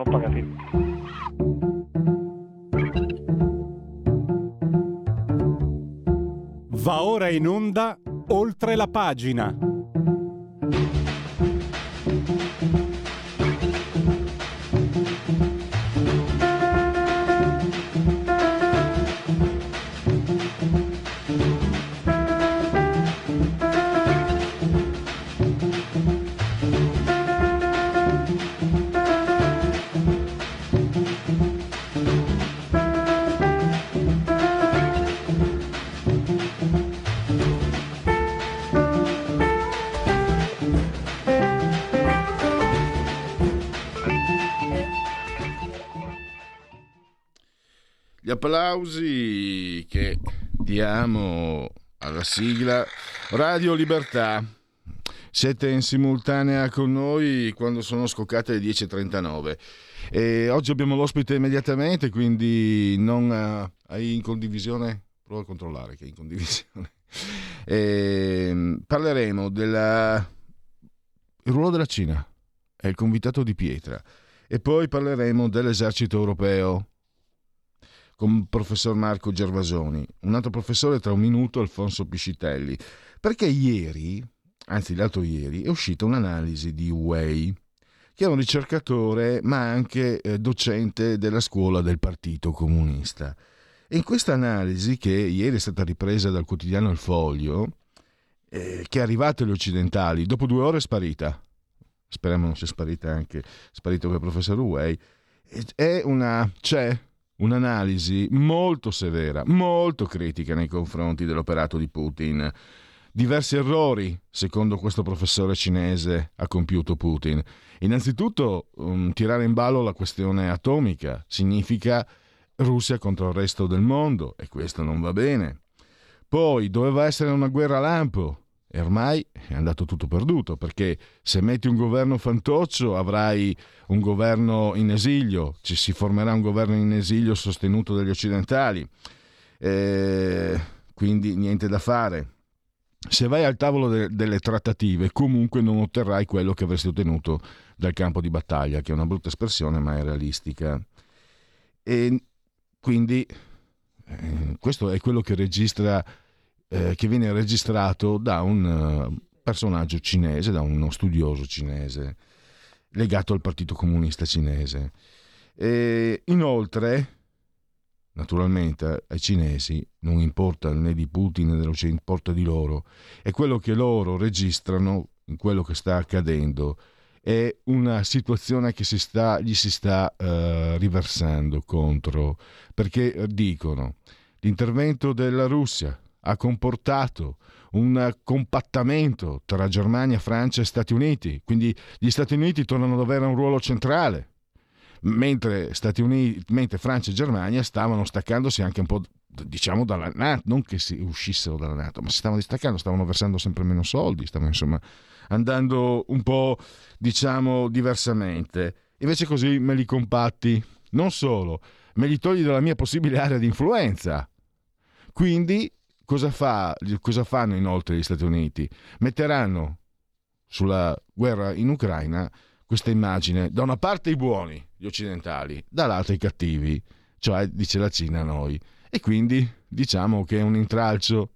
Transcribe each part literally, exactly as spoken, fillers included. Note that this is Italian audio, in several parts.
non pagati. Va ora in onda Oltre la pagina. Gli applausi che diamo alla sigla Radio Libertà. Siete in simultanea con noi quando sono scoccate le dieci e trentanove e oggi abbiamo l'ospite immediatamente, quindi non uh, hai in condivisione, prova a controllare che è in condivisione. E parleremo del ruolo della Cina, è il convitato di pietra, e poi parleremo dell'esercito europeo con il professor Marco Gervasoni, un altro professore tra un minuto, Alfonso Piscitelli, perché ieri, anzi l'altro ieri, è uscita un'analisi di Wei, che è un ricercatore ma anche eh, docente della scuola del Partito Comunista. E in questa analisi, che ieri è stata ripresa dal quotidiano Il Foglio, eh, che è arrivata agli occidentali, dopo due ore è sparita, speriamo non sia sparita anche, sparito quel professor Wei, è una... c'è un'analisi molto severa, molto critica nei confronti dell'operato di Putin. Diversi errori, secondo questo professore cinese, ha compiuto Putin. Innanzitutto, um, tirare in ballo la questione atomica significa Russia contro il resto del mondo, e questo non va bene. Poi doveva essere una guerra lampo, e ormai è andato tutto perduto, perché se metti un governo fantoccio avrai un governo in esilio, ci si formerà un governo in esilio sostenuto dagli occidentali, e quindi niente da fare. Se vai al tavolo de- delle trattative comunque non otterrai quello che avresti ottenuto dal campo di battaglia, che è una brutta espressione ma è realistica. E quindi eh, questo è quello che registra Eh, che viene registrato da un uh, personaggio cinese, da uno studioso cinese legato al Partito Comunista cinese. E inoltre, naturalmente, ai cinesi non importa né di Putin né dell'Occidente, importa di loro, e quello che loro registrano in quello che sta accadendo è una situazione che si sta, gli si sta uh, riversando contro, perché dicono l'intervento della Russia ha comportato un compattamento tra Germania, Francia e Stati Uniti, quindi gli Stati Uniti tornano ad avere un ruolo centrale, mentre Stati Uniti, mentre Francia e Germania stavano staccandosi anche un po', diciamo, dalla NATO, non che si uscissero dalla NATO, ma si stavano distaccando, stavano versando sempre meno soldi, stavano insomma andando un po', diciamo, diversamente. Invece così me li compatti, non solo, me li togli dalla mia possibile area di influenza. Quindi Cosa, fa, cosa fanno inoltre gli Stati Uniti? Metteranno sulla guerra in Ucraina questa immagine, da una parte i buoni, gli occidentali, dall'altra i cattivi, cioè dice la Cina a noi. E quindi diciamo che è un intralcio.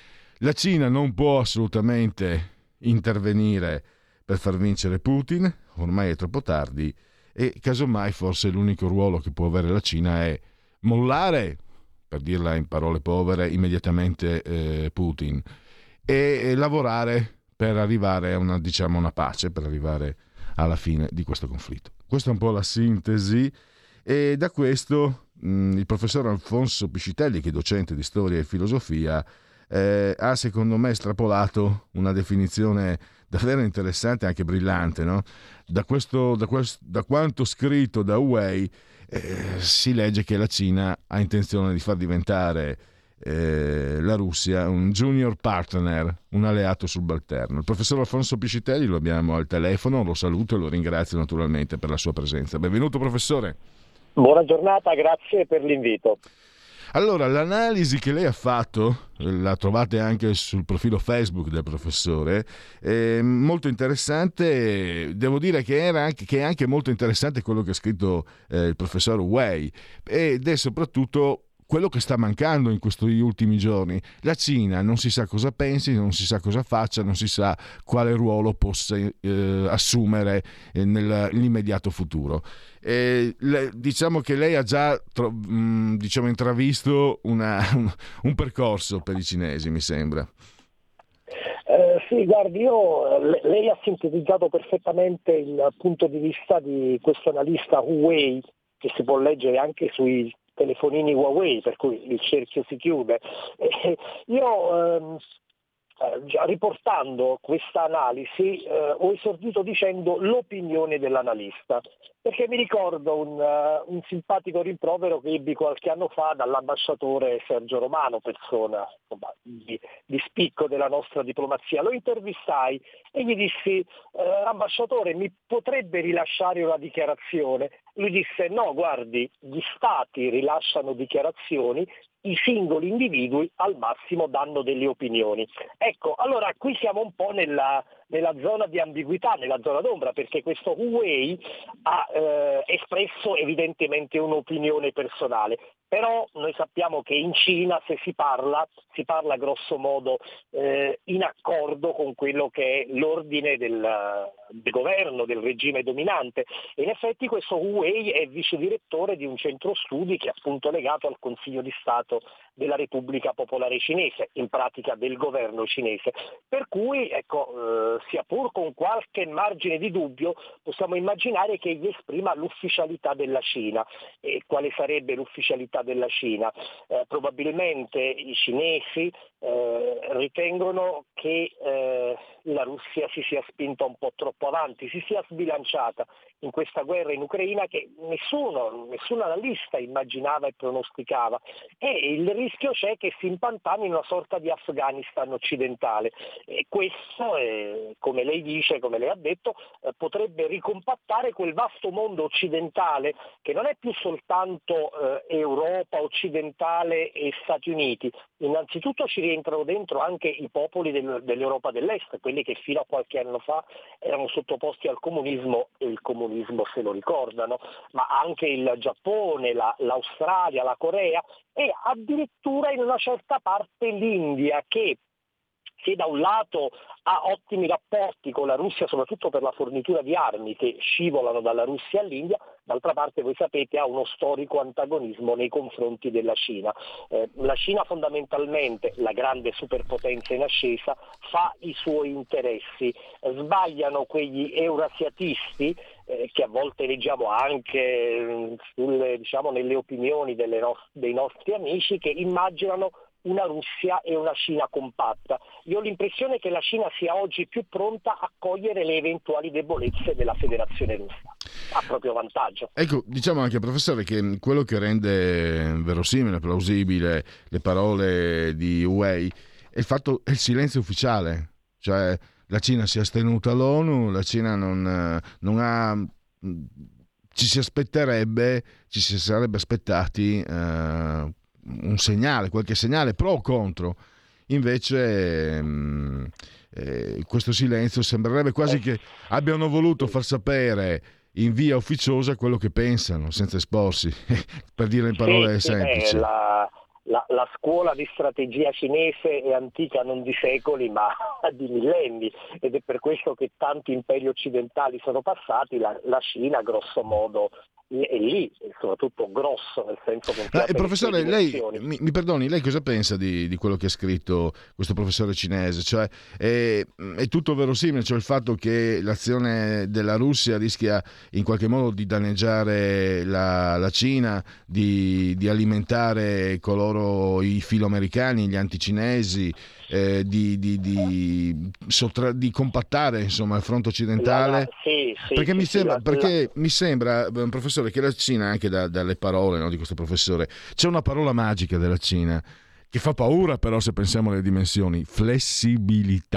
La Cina non può assolutamente intervenire per far vincere Putin, ormai è troppo tardi, e casomai forse l'unico ruolo che può avere la Cina è mollare, per dirla in parole povere, immediatamente eh, Putin, e, e lavorare per arrivare a una, diciamo, una pace, per arrivare alla fine di questo conflitto. Questa è un po' la sintesi, e da questo mh, il professor Alfonso Piscitelli, che è docente di storia e filosofia, eh, ha secondo me estrapolato una definizione davvero interessante e anche brillante, no? Da, questo, da, questo, da quanto scritto da Wei, Eh, si legge che la Cina ha intenzione di far diventare eh, la Russia un junior partner, un alleato subalterno. Il professor Alfonso Piscitelli lo abbiamo al telefono, lo saluto e lo ringrazio naturalmente per la sua presenza. Benvenuto professore. Buona giornata, grazie per l'invito. Allora, l'analisi che lei ha fatto, la trovate anche sul profilo Facebook del professore, è molto interessante. Devo dire che, era anche, che è anche molto interessante quello che ha scritto eh, il professor Wei, ed è soprattutto quello che sta mancando in questi ultimi giorni. La Cina non si sa cosa pensi, non si sa cosa faccia, non si sa quale ruolo possa eh, assumere eh, nell'immediato futuro. Eh, le, diciamo che lei ha già tro, mh, diciamo, intravisto una, un, un percorso per i cinesi, mi sembra. Eh, sì, guardi, io, lei ha sintetizzato perfettamente il punto di vista di questo analista Huawei, che si può leggere anche sui telefonini Huawei, per cui il cerchio si chiude. Eh, io ehm, eh, riportando questa analisi eh, ho esordito dicendo l'opinione dell'analista, perché mi ricordo un, uh, un simpatico rimprovero che ebbi qualche anno fa dall'ambasciatore Sergio Romano, persona insomma, di, di spicco della nostra diplomazia. Lo intervistai e gli dissi: eh, ambasciatore, mi potrebbe rilasciare una dichiarazione? Lui disse: no, guardi, gli stati rilasciano dichiarazioni, i singoli individui al massimo danno delle opinioni. Ecco, allora qui siamo un po' nella, nella zona di ambiguità, nella zona d'ombra, perché questo Huawei ha eh, espresso evidentemente un'opinione personale. Però noi sappiamo che in Cina, se si parla, si parla grosso modo eh, in accordo con quello che è l'ordine del, del governo, del regime dominante. E in effetti questo Huawei è vice direttore di un centro studi che è appunto legato al Consiglio di Stato della Repubblica Popolare Cinese, in pratica del governo cinese. Per cui, ecco, eh, sia pur con qualche margine di dubbio, possiamo immaginare che egli esprima l'ufficialità della Cina. E quale sarebbe l'ufficialità della Cina? Eh, probabilmente i cinesi eh, ritengono che eh, la Russia si sia spinta un po' troppo avanti, si sia sbilanciata in questa guerra in Ucraina che nessuno, nessun analista immaginava e pronosticava, e il rischio c'è che si impantani in una sorta di Afghanistan occidentale, e questo, eh, come lei dice, come lei ha detto, eh, potrebbe ricompattare quel vasto mondo occidentale che non è più soltanto eh, Europa occidentale e Stati Uniti. Innanzitutto ci rientrano dentro anche i popoli del, dell'Europa dell'Est, quelli che fino a qualche anno fa erano sottoposti al comunismo, e il comunismo se lo ricordano, ma anche il Giappone, la, l'Australia, la Corea e addirittura in una certa parte l'India, che che da un lato ha ottimi rapporti con la Russia, soprattutto per la fornitura di armi che scivolano dalla Russia all'India, d'altra parte voi sapete ha uno storico antagonismo nei confronti della Cina. Eh, la Cina fondamentalmente, la grande superpotenza in ascesa, fa i suoi interessi, sbagliano quegli eurasiatisti eh, che a volte leggiamo anche eh, sulle, diciamo, nelle opinioni delle no- dei nostri amici, che immaginano una Russia e una Cina compatta. Io ho l'impressione che la Cina sia oggi più pronta a cogliere le eventuali debolezze della Federazione Russa, a proprio vantaggio. Ecco, diciamo anche, professore, che quello che rende verosimile, plausibile le parole di Wei è il fatto, è il silenzio ufficiale. Cioè la Cina si è astenuta all'ONU, la Cina non, non ha... ci si aspetterebbe, ci si sarebbe aspettati eh, un segnale, qualche segnale pro o contro. Invece mh, eh, questo silenzio sembrerebbe quasi che abbiano voluto far sapere in via ufficiosa quello che pensano, senza esporsi, per dire in parole sì, semplici. Sì, la, la, la scuola di strategia cinese è antica non di secoli ma di millenni, ed è per questo che tanti imperi occidentali sono passati. La, la Cina grosso modo è lì, soprattutto grosso, nel senso che... Eh, professore, lei mi, mi perdoni, lei cosa pensa di, di quello che ha scritto questo professore cinese? Cioè è, è tutto verosimile, cioè il fatto che l'azione della Russia rischia in qualche modo di danneggiare la, la Cina, di, di alimentare coloro, i filoamericani, gli anticinesi, eh, di, di, di, sottra- di compattare insomma il fronte occidentale? La, la, sì, sì, perché sì, mi sì, sembra, la, perché la... mi sembra, professore, che la Cina, anche da, dalle parole, no, di questo professore, c'è una parola magica della Cina che fa paura, però, se pensiamo alle dimensioni: flessibilità.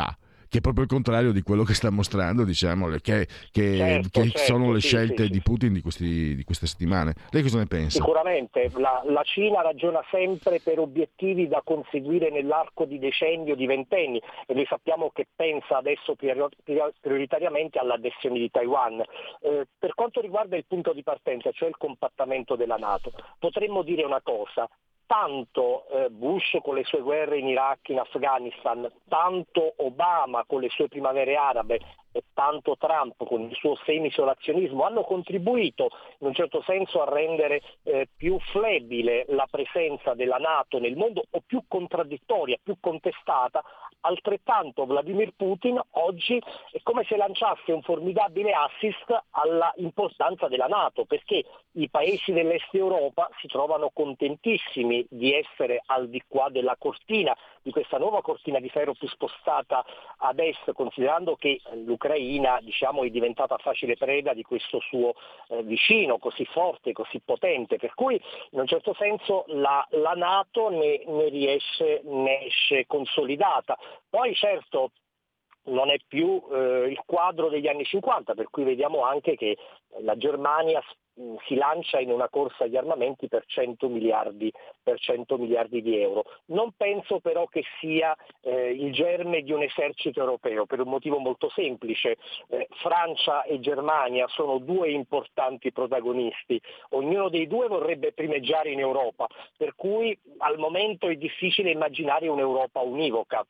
che è proprio il contrario di quello che sta mostrando, diciamo, che, che, certo, che certo, sono le sì, scelte sì, di sì. Putin di, questi, di queste settimane. Lei cosa ne pensa? Sicuramente la, la Cina ragiona sempre per obiettivi da conseguire nell'arco di decenni o di ventenni, e noi sappiamo che pensa adesso prior- prioritariamente all'adesione di Taiwan. Eh, per quanto riguarda il punto di partenza, cioè il compattamento della NATO, potremmo dire una cosa: tanto eh, Bush con le sue guerre in Iraq, in Afghanistan, tanto Obama con le sue primavere arabe e tanto Trump con il suo semi-isolazionismo hanno contribuito in un certo senso a rendere eh, più flebile la presenza della NATO nel mondo, o più contraddittoria, più contestata. Altrettanto Vladimir Putin oggi è come se lanciasse un formidabile assist alla importanza della NATO, perché i paesi dell'est Europa si trovano contentissimi di essere al di qua della cortina, di questa nuova cortina di ferro più spostata ad est, considerando che l'Ucraina, diciamo, è diventata facile preda di questo suo eh, vicino così forte, così potente, per cui in un certo senso la, la NATO ne, ne riesce, ne esce consolidata. Poi certo non è più eh, il quadro degli anni cinquanta, per cui vediamo anche che la Germania mh, si lancia in una corsa agli armamenti per cento miliardi, per cento miliardi di euro. Non penso però che sia eh, il germe di un esercito europeo, per un motivo molto semplice. Eh, Francia e Germania sono due importanti protagonisti, ognuno dei due vorrebbe primeggiare in Europa, per cui al momento è difficile immaginare un'Europa univoca.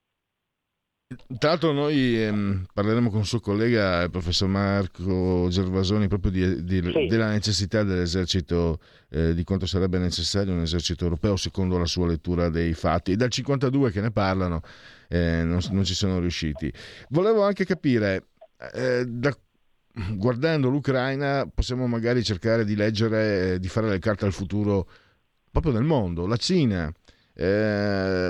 Tra l'altro noi ehm, parleremo con un suo collega, il professor Marco Gervasoni, proprio di, di, Sì. della necessità dell'esercito, eh, di quanto sarebbe necessario un esercito europeo secondo la sua lettura dei fatti. E dal cinquantadue che ne parlano eh, non, non ci sono riusciti. Volevo anche capire, eh, da, guardando l'Ucraina, possiamo magari cercare di leggere, eh, di fare le carte al futuro proprio nel mondo. La Cina... Eh,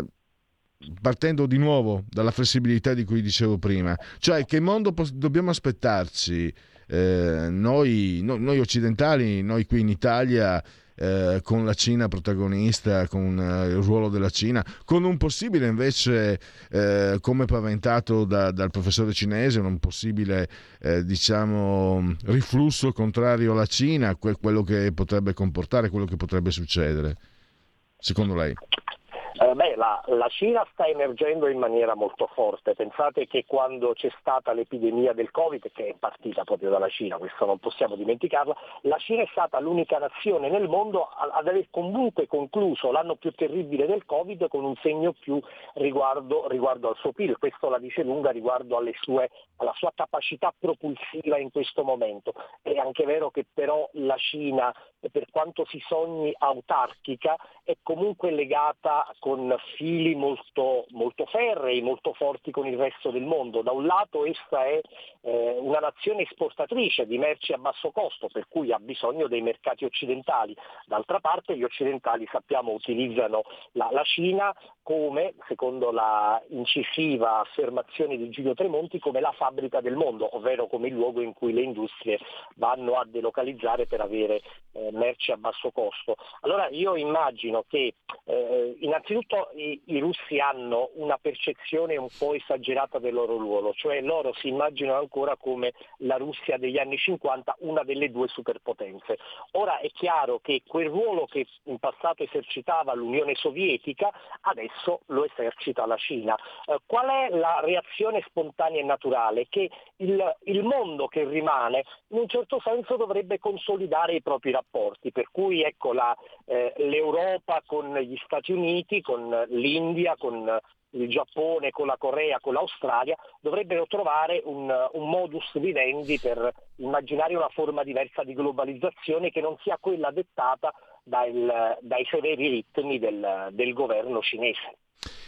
partendo di nuovo dalla flessibilità di cui dicevo prima, cioè che mondo pos- dobbiamo aspettarci eh, noi, no, noi occidentali, noi qui in Italia, eh, con la Cina protagonista, con eh, il ruolo della Cina, con un possibile invece, eh, come paventato da, dal professore cinese, un possibile eh, diciamo riflusso contrario alla Cina, que- quello che potrebbe comportare, quello che potrebbe succedere, secondo lei? Eh, beh, la, la Cina sta emergendo in maniera molto forte. Pensate che quando c'è stata l'epidemia del Covid, che è partita proprio dalla Cina, questo non possiamo dimenticarla, la Cina è stata l'unica nazione nel mondo ad aver comunque concluso l'anno più terribile del Covid con un segno più riguardo, riguardo al suo P I L. Questo la dice lunga riguardo alle sue, alla sua capacità propulsiva in questo momento. È anche vero che però la Cina, per quanto si sogni autarchica, è comunque legata con fili molto, molto ferrei, molto forti con il resto del mondo. Da un lato essa è eh, una nazione esportatrice di merci a basso costo, per cui ha bisogno dei mercati occidentali. D'altra parte gli occidentali, sappiamo, utilizzano la, la Cina come, secondo la incisiva affermazione di Giulio Tremonti, come la fabbrica del mondo, ovvero come il luogo in cui le industrie vanno a delocalizzare per avere eh, merci a basso costo. Allora io immagino che eh, innanzitutto i, i russi hanno una percezione un po' esagerata del loro ruolo, cioè loro si immaginano ancora come la Russia degli anni cinquanta, una delle due superpotenze. Ora è chiaro che quel ruolo che in passato esercitava l'Unione Sovietica adesso lo esercita la Cina. Eh, qual è la reazione spontanea e naturale? Che il, il mondo che rimane in un certo senso dovrebbe consolidare i propri rapporti, per cui ecco la, eh, l'Europa con gli Stati Uniti, con l'India, con il Giappone, con la Corea, con l'Australia, dovrebbero trovare un, un modus vivendi per immaginare una forma diversa di globalizzazione che non sia quella dettata dal, dai severi ritmi del, del governo cinese.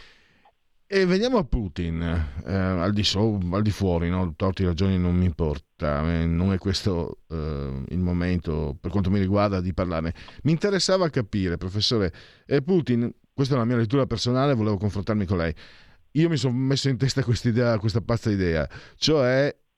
E veniamo a Putin, eh, al, di so, al di fuori, no? Torti ragioni non mi importa, eh, non è questo eh, il momento per quanto mi riguarda di parlarne. Mi interessava capire, professore, eh, Putin, questa è la mia lettura personale, volevo confrontarmi con lei. Io mi sono messo in testa questa idea, questa pazza idea, cioè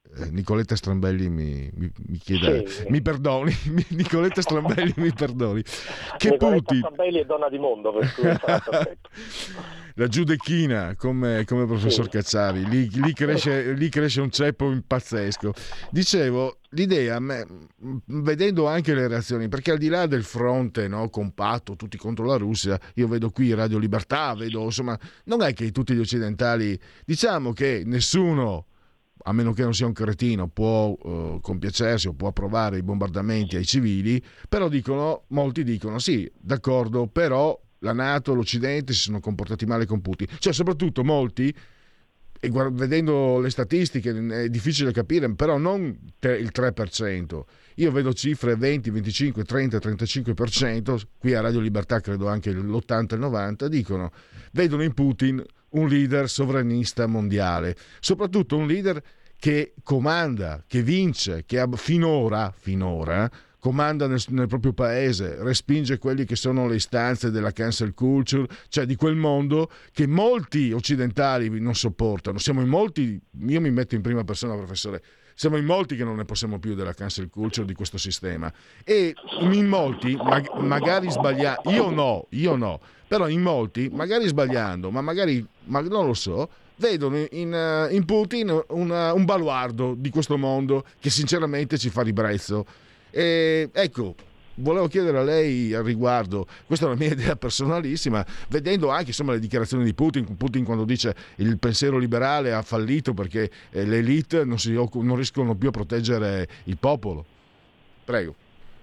eh, Nicoletta Strambelli mi, mi, mi chiede, sì. mi perdoni, Nicoletta Strambelli mi perdoni, che Nicoletta Putin... Strambelli è donna di mondo, per cui sarà perfetto. La giudechina come, come professor sì. Cacciari, lì, lì, cresce, lì cresce un ceppo pazzesco. Dicevo, l'idea, me, vedendo anche le reazioni, perché al di là del fronte, no, compatto, tutti contro la Russia, io vedo qui Radio Libertà, vedo, insomma, non è che tutti gli occidentali, diciamo che nessuno, a meno che non sia un cretino, può uh, compiacersi o può approvare i bombardamenti ai civili, però dicono, molti dicono sì, d'accordo, però la NATO, l'Occidente si sono comportati male con Putin. Cioè, soprattutto molti, e guard- vedendo le statistiche è difficile capire, però non te- il tre per cento. Io vedo cifre venti, venticinque, trenta, trentacinque per cento, qui a Radio Libertà credo anche l'ottanta e il novanta, dicono, vedono in Putin un leader sovranista mondiale, soprattutto un leader che comanda, che vince, che ha finora, finora comanda nel, nel proprio paese, respinge quelli che sono le istanze della cancel culture, cioè di quel mondo che molti occidentali non sopportano. Siamo in molti, io mi metto in prima persona, professore, siamo in molti che non ne possiamo più della cancel culture, di questo sistema, e in molti, mag- magari sbagliando, io no, io no, però in molti, magari sbagliando, ma magari, ma non lo so, vedono in, in Putin una, un baluardo di questo mondo che sinceramente ci fa ribrezzo. E ecco, volevo chiedere a lei al riguardo, questa è una mia idea personalissima, vedendo anche insomma le dichiarazioni di Putin, Putin quando dice il pensiero liberale ha fallito perché eh, le elite non, si, non riescono più a proteggere il popolo. Prego.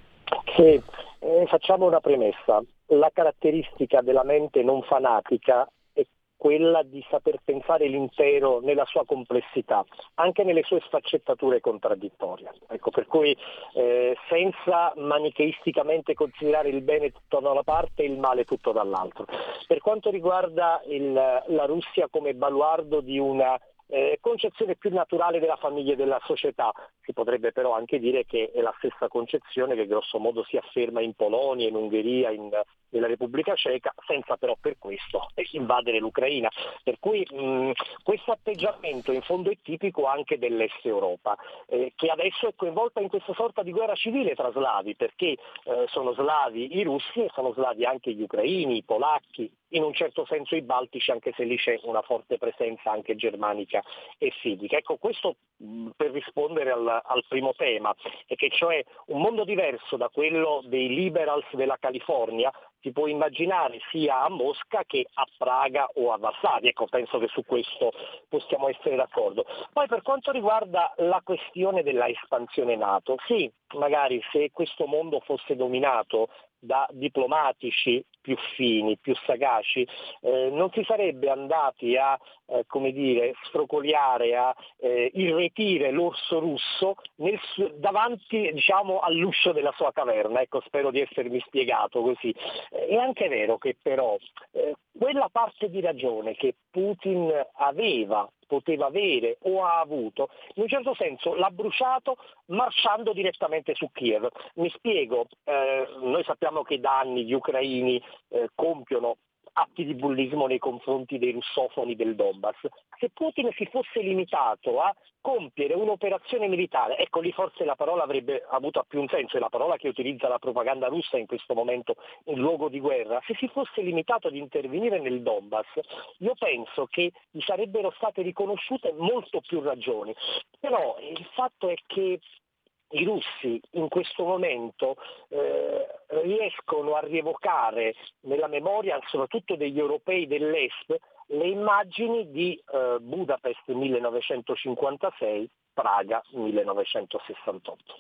Sì, eh, facciamo una premessa. La caratteristica della mente non fanatica è quella di saper pensare l'intero nella sua complessità, anche nelle sue sfaccettature contraddittorie. Ecco, per cui eh, senza manicheisticamente considerare il bene tutto da una parte e il male tutto dall'altro. Per quanto riguarda il, la Russia come baluardo di una Eh, concezione più naturale della famiglia e della società, si potrebbe però anche dire che è la stessa concezione che grosso modo si afferma in Polonia, in Ungheria, in, nella Repubblica Ceca, senza però per questo invadere l'Ucraina. Per cui mh, questo atteggiamento in fondo è tipico anche dell'Est Europa, eh, che adesso è coinvolta in questa sorta di guerra civile tra slavi, perché eh, sono slavi i russi e sono slavi anche gli ucraini, i polacchi, in un certo senso i baltici, anche se lì c'è una forte presenza anche germanica e fidica. Ecco, questo mh, per rispondere al, al primo tema, e che cioè un mondo diverso da quello dei liberals della California si può immaginare sia a Mosca che a Praga o a Varsavia. Ecco, penso che su questo possiamo essere d'accordo. Poi per quanto riguarda la questione della espansione NATO, sì, magari se questo mondo fosse dominato da diplomatici più fini, più sagaci, eh, non si sarebbe andati a eh, come dire, sfrocoliare, a eh, irretire l'orso russo nel su- davanti, diciamo, all'uscio della sua caverna. Ecco, spero di essermi spiegato così. Eh, è anche vero che però eh, quella parte di ragione che Putin aveva, poteva avere o ha avuto, in un certo senso l'ha bruciato marciando direttamente su Kiev. Mi spiego, eh, noi sappiamo che da anni gli ucraini eh, compiono atti di bullismo nei confronti dei russofoni del Donbass. Se Putin si fosse limitato a compiere un'operazione militare, ecco lì forse la parola avrebbe avuto più un senso, è la parola che utilizza la propaganda russa in questo momento in luogo di guerra. Se si fosse limitato ad intervenire nel Donbass, io penso che gli sarebbero state riconosciute molto più ragioni. Però il fatto è che i russi in questo momento eh, riescono a rievocare nella memoria soprattutto degli europei dell'Est le immagini di eh, Budapest millenovecentocinquantasei, Praga millenovecentosessantotto.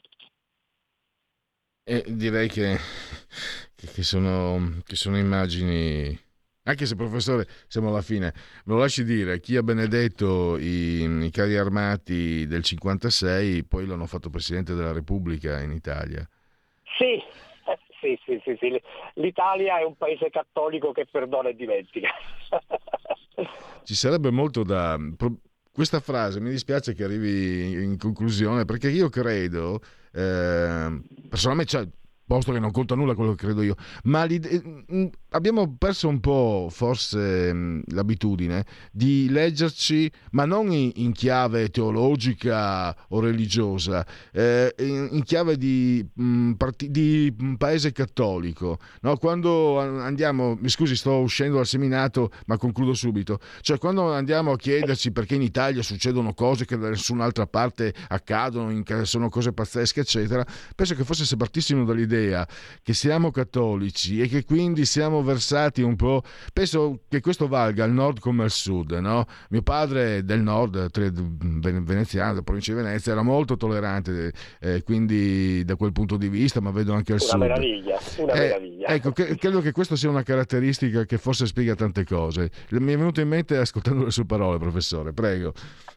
E direi che, che, sono, che sono immagini... Anche se, professore, siamo alla fine, me lo lasci dire, chi ha benedetto i, i carri armati del cinquantasei poi l'hanno fatto Presidente della Repubblica in Italia. Sì, eh, sì, sì, sì, sì. L'Italia è un paese cattolico che perdona e dimentica. Ci sarebbe molto da... Questa frase mi dispiace che arrivi in conclusione, perché io credo, eh, personalmente, cioè, posto che non conta nulla quello che credo io, ma abbiamo perso un po' forse l'abitudine di leggerci, ma non in, in chiave teologica o religiosa, eh, in, in chiave di, mh, parti, di paese cattolico, no? Quando andiamo, mi scusi, sto uscendo dal seminato, ma concludo subito, cioè quando andiamo a chiederci perché in Italia succedono cose che da nessun'altra parte accadono, in, sono cose pazzesche eccetera, penso che forse se partissimo dall'idea che siamo cattolici e che quindi siamo versati un po', penso che questo valga al nord come al sud, no? Mio padre è del nord, veneziano, della provincia di Venezia, era molto tollerante, eh, quindi da quel punto di vista, ma vedo anche al una sud. Meraviglia, una eh, meraviglia. Ecco, che, credo che questa sia una caratteristica che forse spiega tante cose. Mi è venuto in mente ascoltando le sue parole, professore, prego.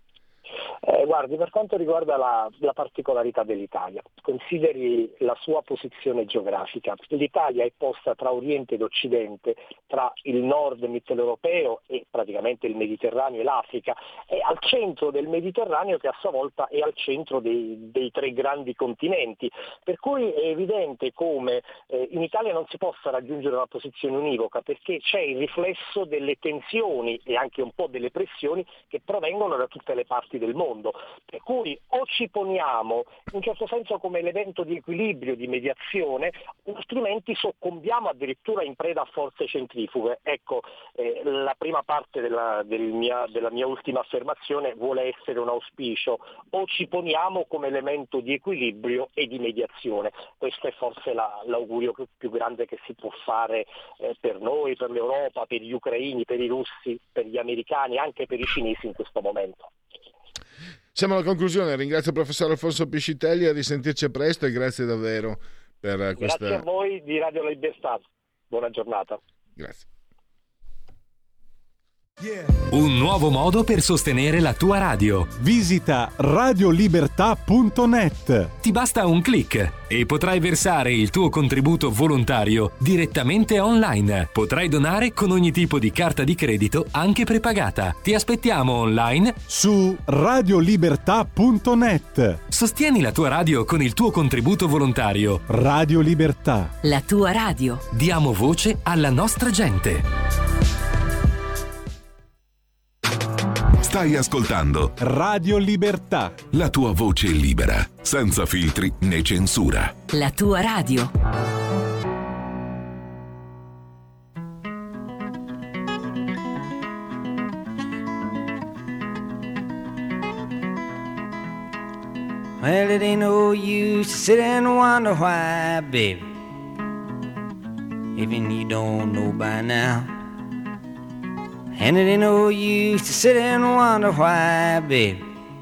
Eh, guardi, per quanto riguarda la, la particolarità dell'Italia, consideri la sua posizione geografica. L'Italia è posta tra Oriente ed Occidente, tra il nord mitteleuropeo e praticamente il Mediterraneo e l'Africa, è al centro del Mediterraneo che a sua volta è al centro dei, dei tre grandi continenti, per cui è evidente come eh, in Italia non si possa raggiungere una posizione univoca, perché c'è il riflesso delle tensioni e anche un po' delle pressioni che provengono da tutte le parti del mondo. Per cui o ci poniamo in un certo senso come elemento di equilibrio, di mediazione, o altrimenti soccombiamo addirittura in preda a forze centrifughe. Ecco, eh, la prima parte della, del mia, della mia ultima affermazione vuole essere un auspicio: o ci poniamo come elemento di equilibrio e di mediazione. Questo è forse la, l'augurio più grande che si può fare eh, per noi, per l'Europa, per gli ucraini, per i russi, per gli americani, anche per i cinesi in questo momento. Siamo alla conclusione, ringrazio il professor Alfonso Piscitelli, a risentirci presto e grazie davvero per questa... Grazie a voi di Radio Libertà, buona giornata. Grazie. Un nuovo modo per sostenere la tua radio. Visita radiolibertà punto net. Ti basta un click e potrai versare il tuo contributo volontario direttamente online. Potrai donare con ogni tipo di carta di credito, anche prepagata. Ti aspettiamo online su radiolibertà punto net. Sostieni la tua radio con il tuo contributo volontario. Radio Libertà. La tua radio. Diamo voce alla nostra gente. Stai ascoltando Radio Libertà. La tua voce libera, senza filtri né censura. La tua radio. Well, it ain't no use to sit and wonder why, baby. Even you don't know by now. And it ain't no use to sit and wonder why, baby.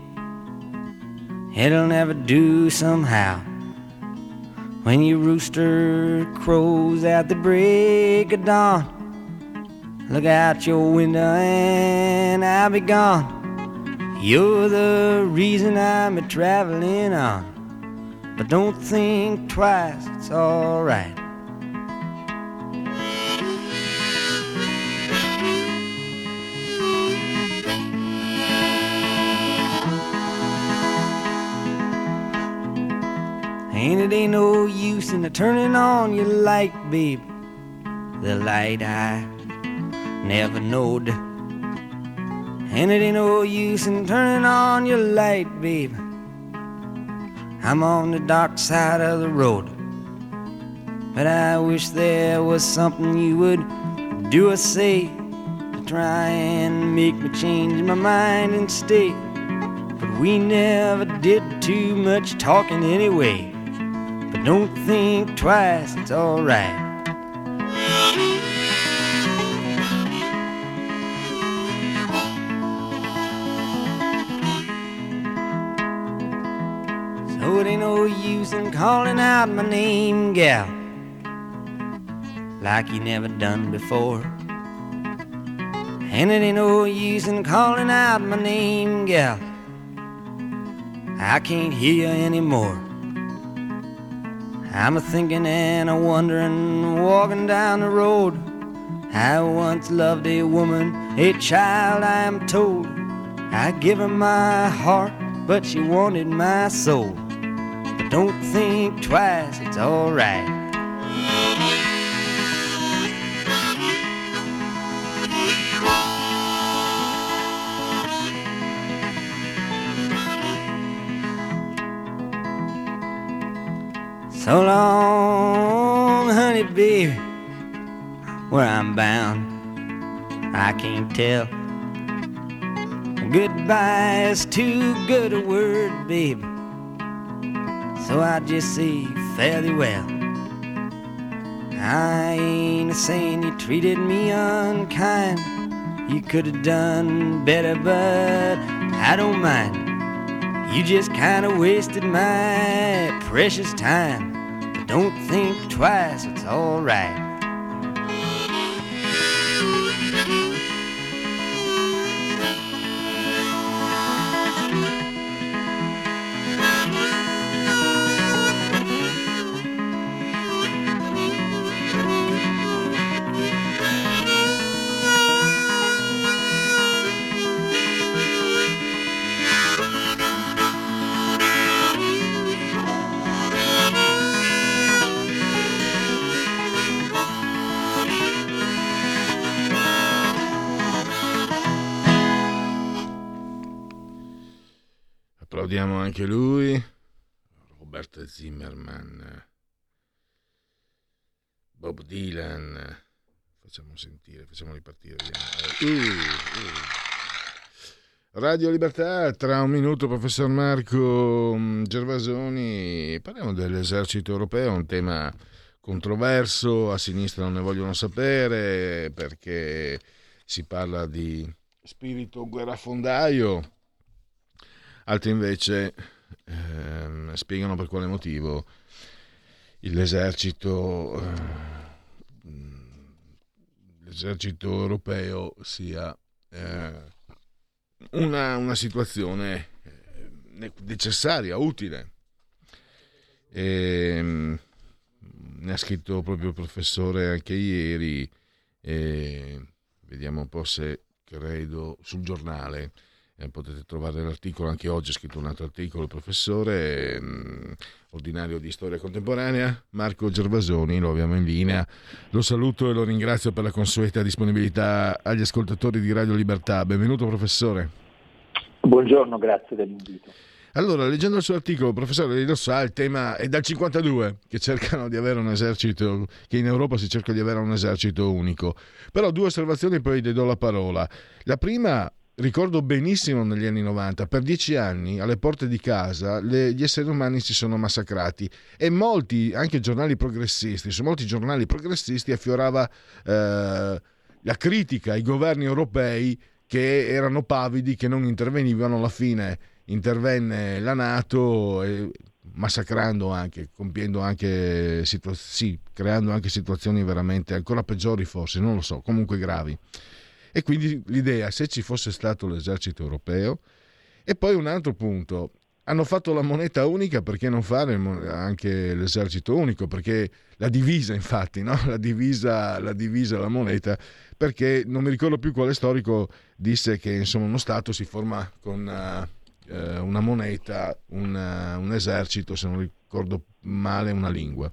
It'll never do somehow. When your rooster crows at the break of dawn, look out your window and I'll be gone. You're the reason I'm a traveling on. But don't think twice, it's alright. And it ain't no use in turning on your light, baby. The light I never knowed. And it ain't no use in turning on your light, baby. I'm on the dark side of the road. But I wish there was something you would do or say to try and make me change my mind and stay. But we never did too much talking anyway. But don't think twice, it's alright. So it ain't no use in calling out my name, gal, like you never done before. And it ain't no use in calling out my name, gal, I can't hear you anymore. I'm a thinking and a wondering, walking down the road. I once loved a woman, a child I am told. I give her my heart, but she wanted my soul. But don't think twice, it's alright. So long, honey, baby, where I'm bound, I can't tell. Goodbye is too good a word, baby, so I just say fare thee well. I ain't saying you treated me unkind, you could have done better, but I don't mind. You just kind of wasted my precious time, but don't think twice, it's all right. Applaudiamo anche lui, Robert Zimmerman, Bob Dylan. Facciamo sentire, facciamo ripartire. Uh, uh. Radio Libertà, tra un minuto professor Marco Gervasoni, parliamo dell'esercito europeo, un tema controverso, a sinistra non ne vogliono sapere perché si parla di spirito guerrafondaio. Altri invece ehm, spiegano per quale motivo l'esercito, eh, l'esercito europeo sia eh, una, una situazione necessaria, utile. E, ne ha scritto proprio il professore anche ieri, e vediamo un po' se credo sul giornale. Eh, potete trovare l'articolo, anche oggi ha scritto un altro articolo il professore eh, ordinario di storia contemporanea Marco Gervasoni, lo abbiamo in linea, lo saluto e lo ringrazio per la consueta disponibilità agli ascoltatori di Radio Libertà. Benvenuto professore. Buongiorno, grazie dell'invito. Allora, leggendo il suo articolo, professore, lei lo sa, il tema è dal cinquantadue che cercano di avere un esercito, che in Europa si cerca di avere un esercito unico. Però due osservazioni, poi le do la parola. La prima: ricordo benissimo negli anni novanta, per dieci anni alle porte di casa le, gli esseri umani si sono massacrati e molti, anche giornali progressisti, su molti giornali progressisti affiorava eh, la critica ai governi europei che erano pavidi, che non intervenivano. Alla fine intervenne la NATO, e massacrando anche, compiendo anche situa- sì, creando anche situazioni veramente ancora peggiori, forse, non lo so, comunque gravi. E quindi l'idea, se ci fosse stato l'esercito europeo. E poi un altro punto: hanno fatto la moneta unica, perché non fare anche l'esercito unico? Perché la divisa, infatti, no? La divisa, la divisa, la moneta, perché non mi ricordo più quale storico disse che insomma uno Stato si forma con uh, uh, una moneta, un, uh, un esercito, se non ricordo male, una lingua.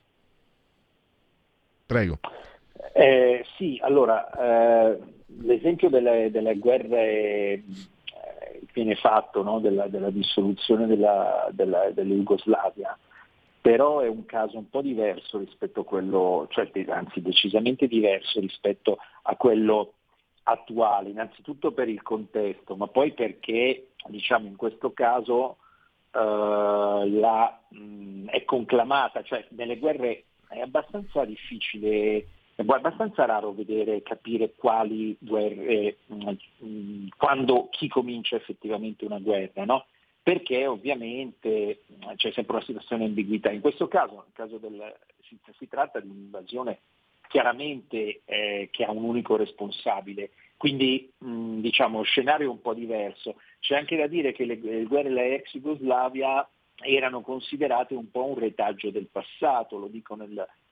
Prego. Eh, sì, allora, eh, l'esempio delle, delle guerre eh, viene fatto, no? della, della dissoluzione della, della, dell'Jugoslavia, però è un caso un po' diverso rispetto a quello, cioè anzi decisamente diverso rispetto a quello attuale, innanzitutto per il contesto, ma poi perché, diciamo, in questo caso eh, la, mh, è conclamata, cioè nelle guerre è abbastanza difficile, è abbastanza raro vedere, capire quali guerre, mh, quando chi comincia effettivamente una guerra, no? Perché ovviamente c'è sempre una situazione di ambiguità. In questo caso, nel caso del, si, si tratta di un'invasione chiaramente eh, che ha un unico responsabile, quindi mh, diciamo scenario un po' diverso. C'è anche da dire che le, le guerre della ex Jugoslavia erano considerate un po' un retaggio del passato, lo dico nel,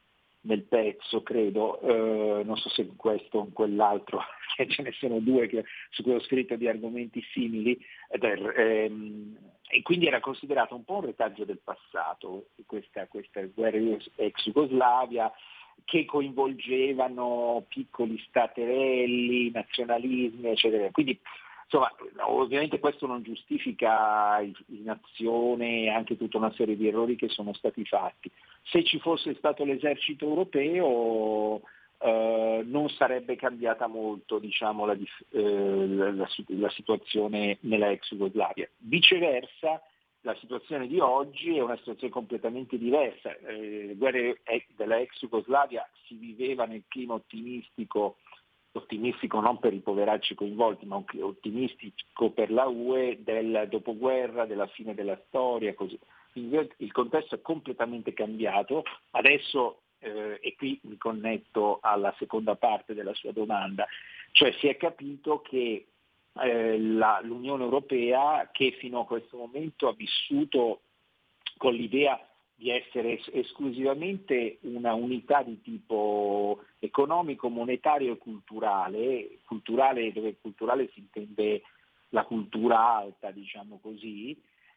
nel pezzo, credo, eh, non so se in questo o in quell'altro, che ce ne sono due che, su cui ho scritto di argomenti simili, ed è, ehm, e quindi era considerato un po' un retaggio del passato, questa, questa guerra ex Jugoslavia, che coinvolgevano piccoli staterelli, nazionalismi, eccetera. Quindi, insomma, ovviamente questo non giustifica in azione anche tutta una serie di errori che sono stati fatti. Se ci fosse stato l'esercito europeo eh, non sarebbe cambiata molto, diciamo, la, eh, la, la, la situazione nella ex Jugoslavia. Viceversa, la situazione di oggi è una situazione completamente diversa. Eh, le guerre della ex Jugoslavia si viveva nel clima ottimistico, ottimistico non per i poveracci coinvolti, ma ottimistico per la U E del dopoguerra, della fine della storia, così. Quindi il contesto è completamente cambiato. Adesso, eh, e qui mi connetto alla seconda parte della sua domanda, cioè si è capito che Eh, la, l'Unione Europea, che fino a questo momento ha vissuto con l'idea di essere es- esclusivamente una unità di tipo economico, monetario e culturale, culturale dove culturale si intende la cultura alta, diciamo così,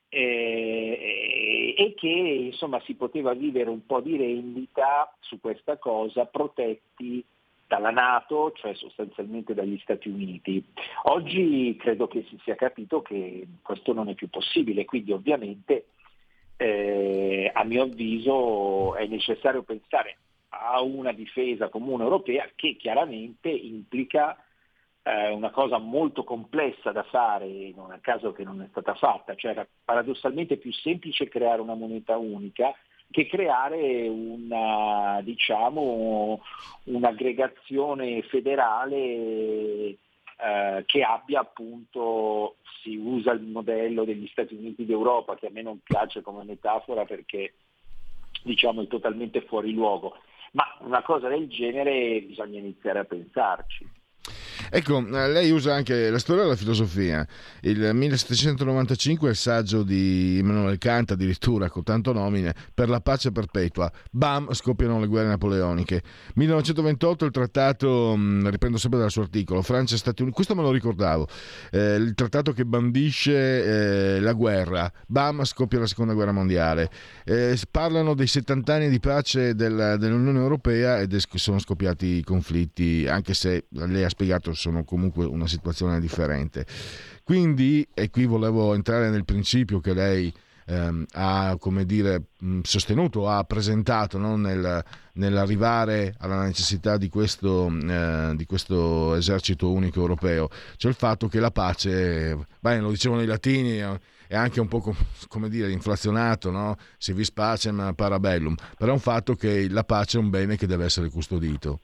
eh, e che insomma si poteva vivere un po' di rendita su questa cosa, protetti dalla NATO, cioè sostanzialmente dagli Stati Uniti. Oggi credo che si sia capito che questo non è più possibile, quindi ovviamente eh, a mio avviso è necessario pensare a una difesa comune europea che chiaramente implica eh, una cosa molto complessa da fare, non a caso che non è stata fatta, cioè era paradossalmente più semplice creare una moneta unica che creare una, diciamo, un'aggregazione federale eh, che abbia appunto, si usa il modello degli Stati Uniti d'Europa, che a me non piace come metafora perché diciamo è totalmente fuori luogo, ma una cosa del genere bisogna iniziare a pensarci. Ecco, lei usa anche la storia della filosofia. Il millesettecentonovantacinque è il saggio di Immanuel Kant, addirittura con tanto nomine, Per la pace perpetua. Bam, scoppiano le guerre napoleoniche. millenovecentoventotto il trattato, riprendo sempre dal suo articolo, Francia e Stati Uniti, questo me lo ricordavo, eh, il trattato che bandisce eh, la guerra. Bam, scoppia la seconda guerra mondiale. Eh, parlano dei settanta anni di pace del, dell'Unione Europea ed es- sono scoppiati i conflitti, anche se lei ha spiegato sono comunque una situazione differente. Quindi, e qui volevo entrare nel principio che lei ehm, ha, come dire, sostenuto, ha presentato, no? Nel, nell'arrivare alla necessità di questo, eh, di questo esercito unico europeo, cioè il fatto che la pace, beh, lo dicevano i latini, è anche un po' come dire inflazionato, no? Si vis pacem parabellum, però è un fatto che la pace è un bene che deve essere custodito.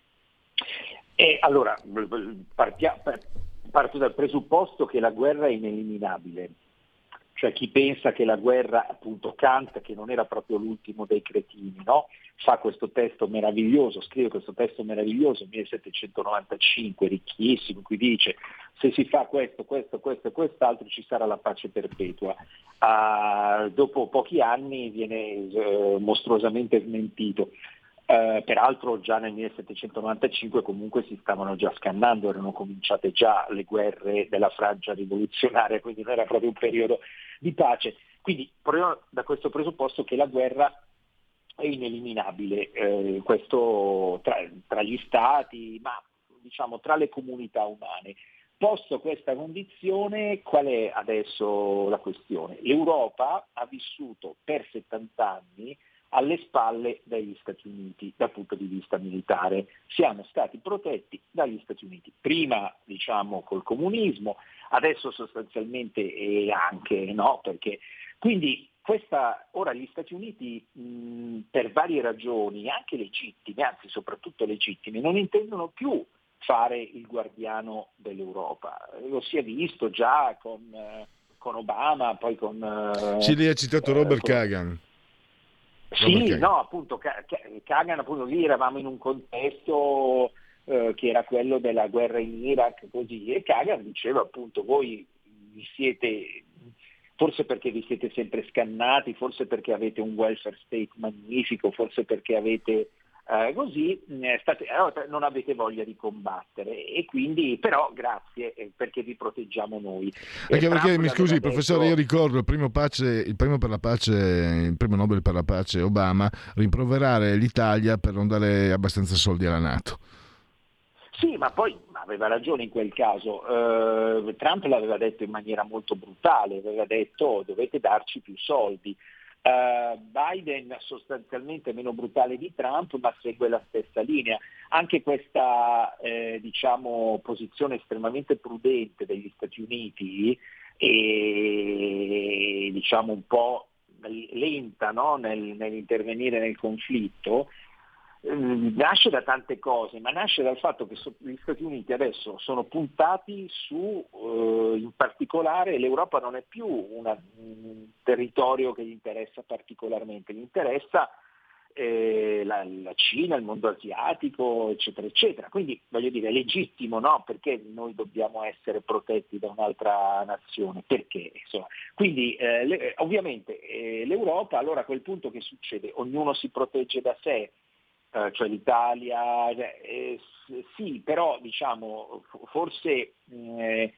E allora partia, parto dal presupposto che la guerra è ineliminabile, cioè chi pensa che la guerra, appunto Kant, che non era proprio l'ultimo dei cretini, no? Fa questo testo meraviglioso, scrive questo testo meraviglioso, millesettecentonovantacinque, ricchissimo, in cui dice se si fa questo, questo, questo e quest'altro ci sarà la pace perpetua. Uh, dopo pochi anni viene uh, mostruosamente smentito. Uh, peraltro già nel millesettecentonovantacinque comunque si stavano già scannando, erano cominciate già le guerre della Francia rivoluzionaria, quindi non era proprio un periodo di pace. Quindi proviamo da questo presupposto che la guerra è ineliminabile, eh, questo tra, tra gli stati, ma diciamo tra le comunità umane. Posto questa condizione, qual è adesso la questione? L'Europa ha vissuto per settanta anni alle spalle degli Stati Uniti dal punto di vista militare. Siamo stati protetti dagli Stati Uniti, prima diciamo col comunismo, adesso sostanzialmente e anche no, perché quindi questa, ora gli Stati Uniti mh, per varie ragioni, anche legittime, anzi soprattutto legittime, non intendono più fare il guardiano dell'Europa. Lo si è visto già con, eh, con Obama, poi con... Eh, sì, lei ha citato Robert eh, con... Kagan. Sì, no, appunto, Kagan, appunto, lì eravamo in un contesto eh, che era quello della guerra in Iraq, così, e Kagan diceva appunto voi vi siete, forse perché vi siete sempre scannati, forse perché avete un welfare state magnifico, forse perché avete eh, così eh, state, allora, non avete voglia di combattere, e quindi però grazie eh, perché vi proteggiamo noi. Anche e perché Trump mi scusi detto... professore, io ricordo il primo, pace, il premio per la pace, il premio Nobel per la pace Obama, rimproverare l'Italia per non dare abbastanza soldi alla NATO. Sì, ma poi aveva ragione in quel caso. Uh, Trump l'aveva detto in maniera molto brutale, aveva detto dovete darci più soldi. Uh, Biden sostanzialmente è meno brutale di Trump, ma segue la stessa linea. Anche questa eh, diciamo, posizione estremamente prudente degli Stati Uniti e diciamo un po' lenta, no? Nel, nell'intervenire nel conflitto, nasce da tante cose, ma nasce dal fatto che gli Stati Uniti adesso sono puntati su, eh, in particolare l'Europa non è più una, un territorio che gli interessa particolarmente, gli interessa eh, la, la Cina, il mondo asiatico, eccetera, eccetera. Quindi voglio dire, è legittimo, no? Perché noi dobbiamo essere protetti da un'altra nazione? Perché? Insomma, quindi eh, le, ovviamente eh, l'Europa, allora a quel punto che succede? Ognuno si protegge da sé. Uh, cioè l'Italia, eh, sì, però diciamo forse eh,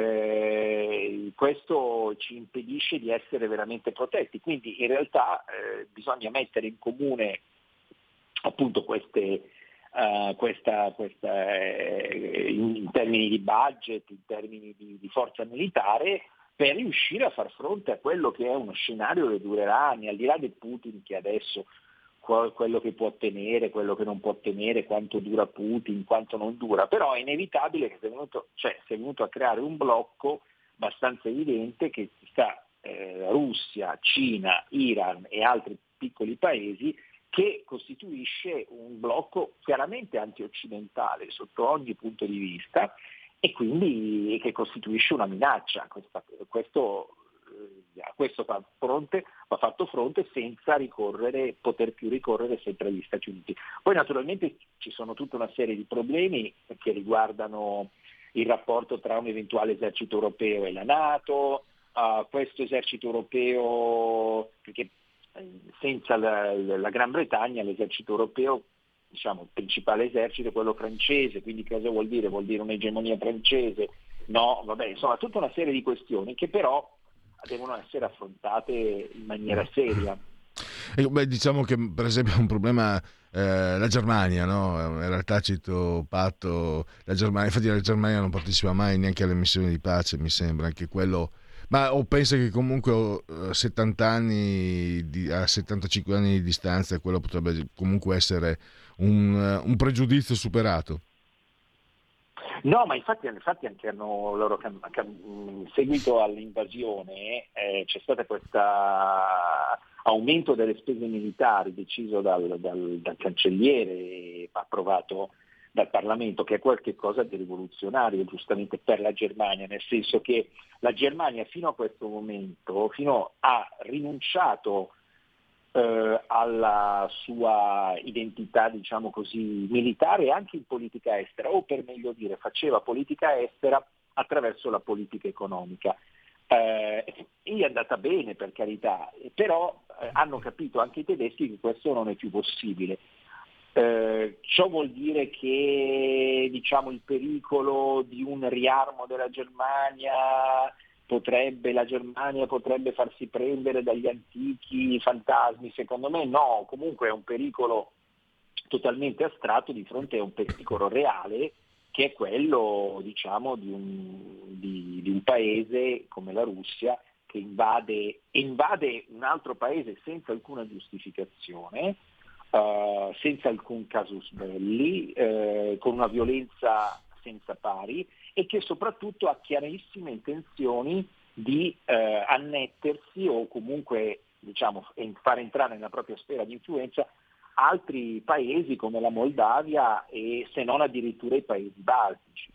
eh, questo ci impedisce di essere veramente protetti, quindi in realtà eh, bisogna mettere in comune appunto queste, uh, questa, questa eh, in, in termini di budget, in termini di, di forza militare, per riuscire a far fronte a quello che è uno scenario che durerà anni, al di là di Putin che adesso quello che può ottenere, quello che non può ottenere, quanto dura Putin, quanto non dura, però è inevitabile che si è venuto, cioè, si è venuto a creare un blocco abbastanza evidente che sta eh, Russia, Cina, Iran e altri piccoli paesi, che costituisce un blocco chiaramente anti-occidentale sotto ogni punto di vista e quindi che costituisce una minaccia. Questa, questo a questo fa fronte, va fatto fronte senza ricorrere, poter più ricorrere sempre agli Stati Uniti. Poi naturalmente ci sono tutta una serie di problemi che riguardano il rapporto tra un eventuale esercito europeo e la NATO, uh, questo esercito europeo, perché senza la, la Gran Bretagna l'esercito europeo, diciamo il principale esercito è quello francese, quindi cosa vuol dire? Vuol dire un'egemonia francese? No, vabbè, insomma tutta una serie di questioni che però devono essere affrontate in maniera seria. Eh, beh, diciamo che per esempio è un problema eh, la Germania, no? Era il tacito patto, la Germania, infatti la Germania non partecipa mai neanche alle missioni di pace, mi sembra, anche quello, ma o pensa che comunque a settanta anni, di, a settantacinque anni di distanza quello potrebbe comunque essere un, un pregiudizio superato? No, ma infatti, infatti anche hanno loro in seguito all'invasione eh, c'è stato questo aumento delle spese militari deciso dal, dal, dal cancelliere, approvato dal Parlamento, che è qualcosa di rivoluzionario giustamente per la Germania, nel senso che la Germania fino a questo momento fino ha rinunciato eh, alla sua identità, diciamo così, militare e anche in politica estera, o per meglio dire faceva politica estera attraverso la politica economica. Eh, e gli è andata bene, per carità, però eh, hanno capito anche i tedeschi che questo non è più possibile. Eh, ciò vuol dire che diciamo, il pericolo di un riarmo della Germania potrebbe, la Germania potrebbe farsi prendere dagli antichi fantasmi? Secondo me no, comunque è un pericolo totalmente astratto di fronte a un pericolo reale, che è quello diciamo, di, un, di, di un paese come la Russia che invade, invade un altro paese senza alcuna giustificazione, uh, senza alcun casus belli, uh, con una violenza senza pari, e che soprattutto ha chiarissime intenzioni di uh, annettersi o comunque diciamo, far entrare nella propria sfera di influenza altri paesi come la Moldavia e se non addirittura i paesi baltici.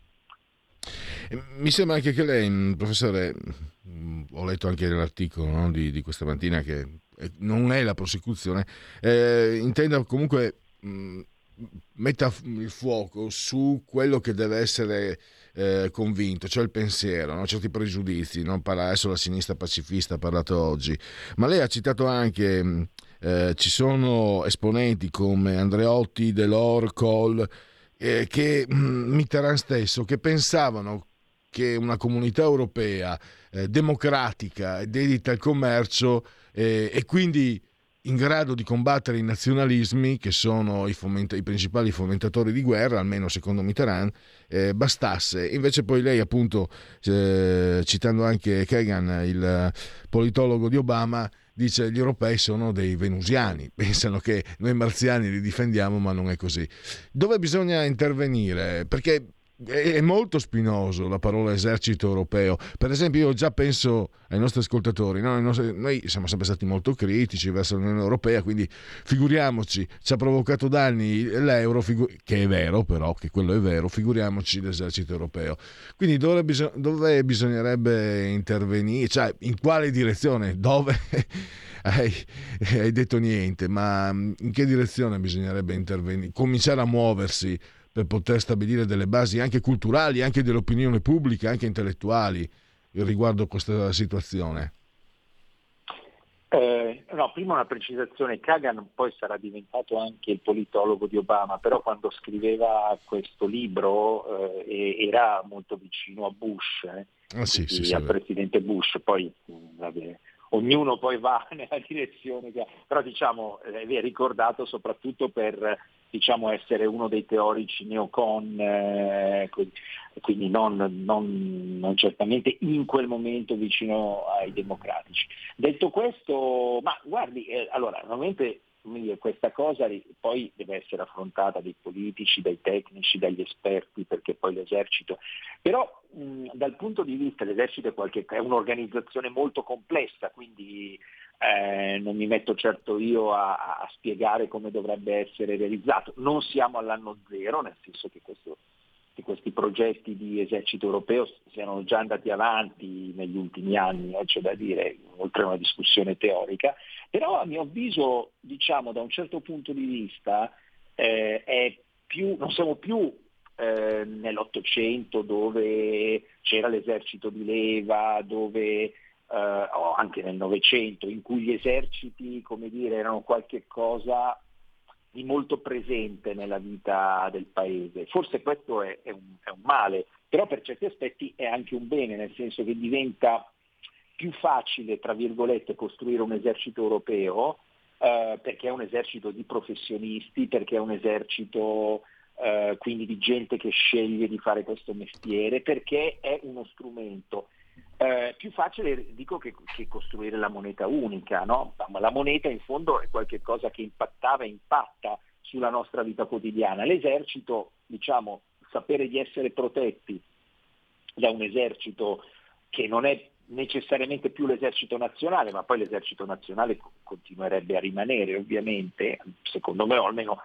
Mi sembra anche che lei, professore, ho letto anche nell'articolo, no, di, di questa mattina, che non è la prosecuzione, eh, intenda comunque mh, metta il fuoco su quello che deve essere eh, convinto, cioè il pensiero, no? Certi pregiudizi, non parla adesso la sinistra pacifista ha parlato oggi, ma lei ha citato anche eh, ci sono esponenti come Andreotti, Delors, Kohl, eh, che mh, Mitterrand stesso, che pensavano che una comunità europea eh, democratica, dedita al commercio eh, e quindi in grado di combattere i nazionalismi, che sono i, fomenta- i principali fomentatori di guerra, almeno secondo Mitterrand, eh, bastasse. Invece poi lei, appunto, eh, citando anche Kagan, il politologo di Obama, dice che gli europei sono dei venusiani, pensano che noi marziani li difendiamo, ma non è così. Dove bisogna intervenire? Perché è molto spinoso la parola esercito europeo. Per esempio, io già penso ai nostri ascoltatori, no? Noi siamo sempre stati molto critici verso l'Unione Europea, quindi figuriamoci, ci ha provocato danni l'euro, figu- che è vero, però che quello è vero, figuriamoci l'esercito europeo. Quindi dove, bisog- dove bisognerebbe intervenire, cioè in quale direzione? Dove? hai, hai detto niente, ma in che direzione bisognerebbe intervenire, cominciare a muoversi per poter stabilire delle basi anche culturali, anche dell'opinione pubblica, anche intellettuali riguardo a questa situazione? Eh, no, prima una precisazione. Kagan poi sarà diventato anche il politologo di Obama, però quando scriveva questo libro eh, era molto vicino a Bush, eh, ah, sì, sì, sì, al presidente Bush. Poi vabbè, ognuno poi va nella direzione che ha, però diciamo è ricordato soprattutto per, diciamo, essere uno dei teorici neocon, eh, quindi non, non, non certamente in quel momento vicino ai democratici. Detto questo, ma guardi, eh, allora normalmente questa cosa poi deve essere affrontata dai politici, dai tecnici, dagli esperti, perché poi l'esercito, però mh, dal punto di vista l'esercito è, qualche, è un'organizzazione molto complessa, quindi eh, non mi metto certo io a, a spiegare come dovrebbe essere realizzato. Non siamo all'anno zero, nel senso che questo che questi progetti di esercito europeo siano già andati avanti negli ultimi anni, eh, c'è da dire, oltre a una discussione teorica, però a mio avviso, diciamo, da un certo punto di vista eh, è più, non siamo più eh, nell'Ottocento dove c'era l'esercito di leva, dove eh, o anche nel Novecento, in cui gli eserciti, come dire, erano qualche cosa di molto presente nella vita del paese. Forse questo è, è, un, è un male, però per certi aspetti è anche un bene, nel senso che diventa più facile, tra virgolette, costruire un esercito europeo, eh, perché è un esercito di professionisti, perché è un esercito eh, quindi di gente che sceglie di fare questo mestiere, perché è uno strumento. Eh, più facile dico che, che costruire la moneta unica, no? Ma la moneta in fondo è qualche cosa che impattava e impatta sulla nostra vita quotidiana. L'esercito, diciamo, sapere di essere protetti da un esercito che non è necessariamente più l'esercito nazionale, ma poi l'esercito nazionale continuerebbe a rimanere, ovviamente, secondo me, o almeno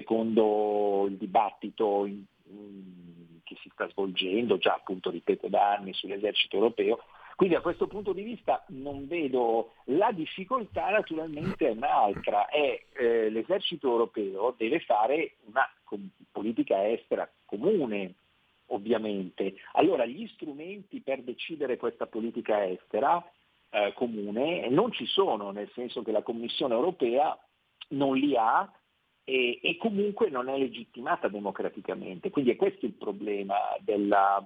secondo il dibattito in, in, che si sta svolgendo già, appunto, ripeto, da anni sull'esercito europeo. Quindi da questo punto di vista non vedo la difficoltà, naturalmente è un'altra, è eh, l'esercito europeo deve fare una com- politica estera comune, ovviamente. Allora gli strumenti per decidere questa politica estera eh, comune non ci sono, nel senso che la Commissione europea non li ha e, e comunque non è legittimata democraticamente. Quindi è questo il problema della,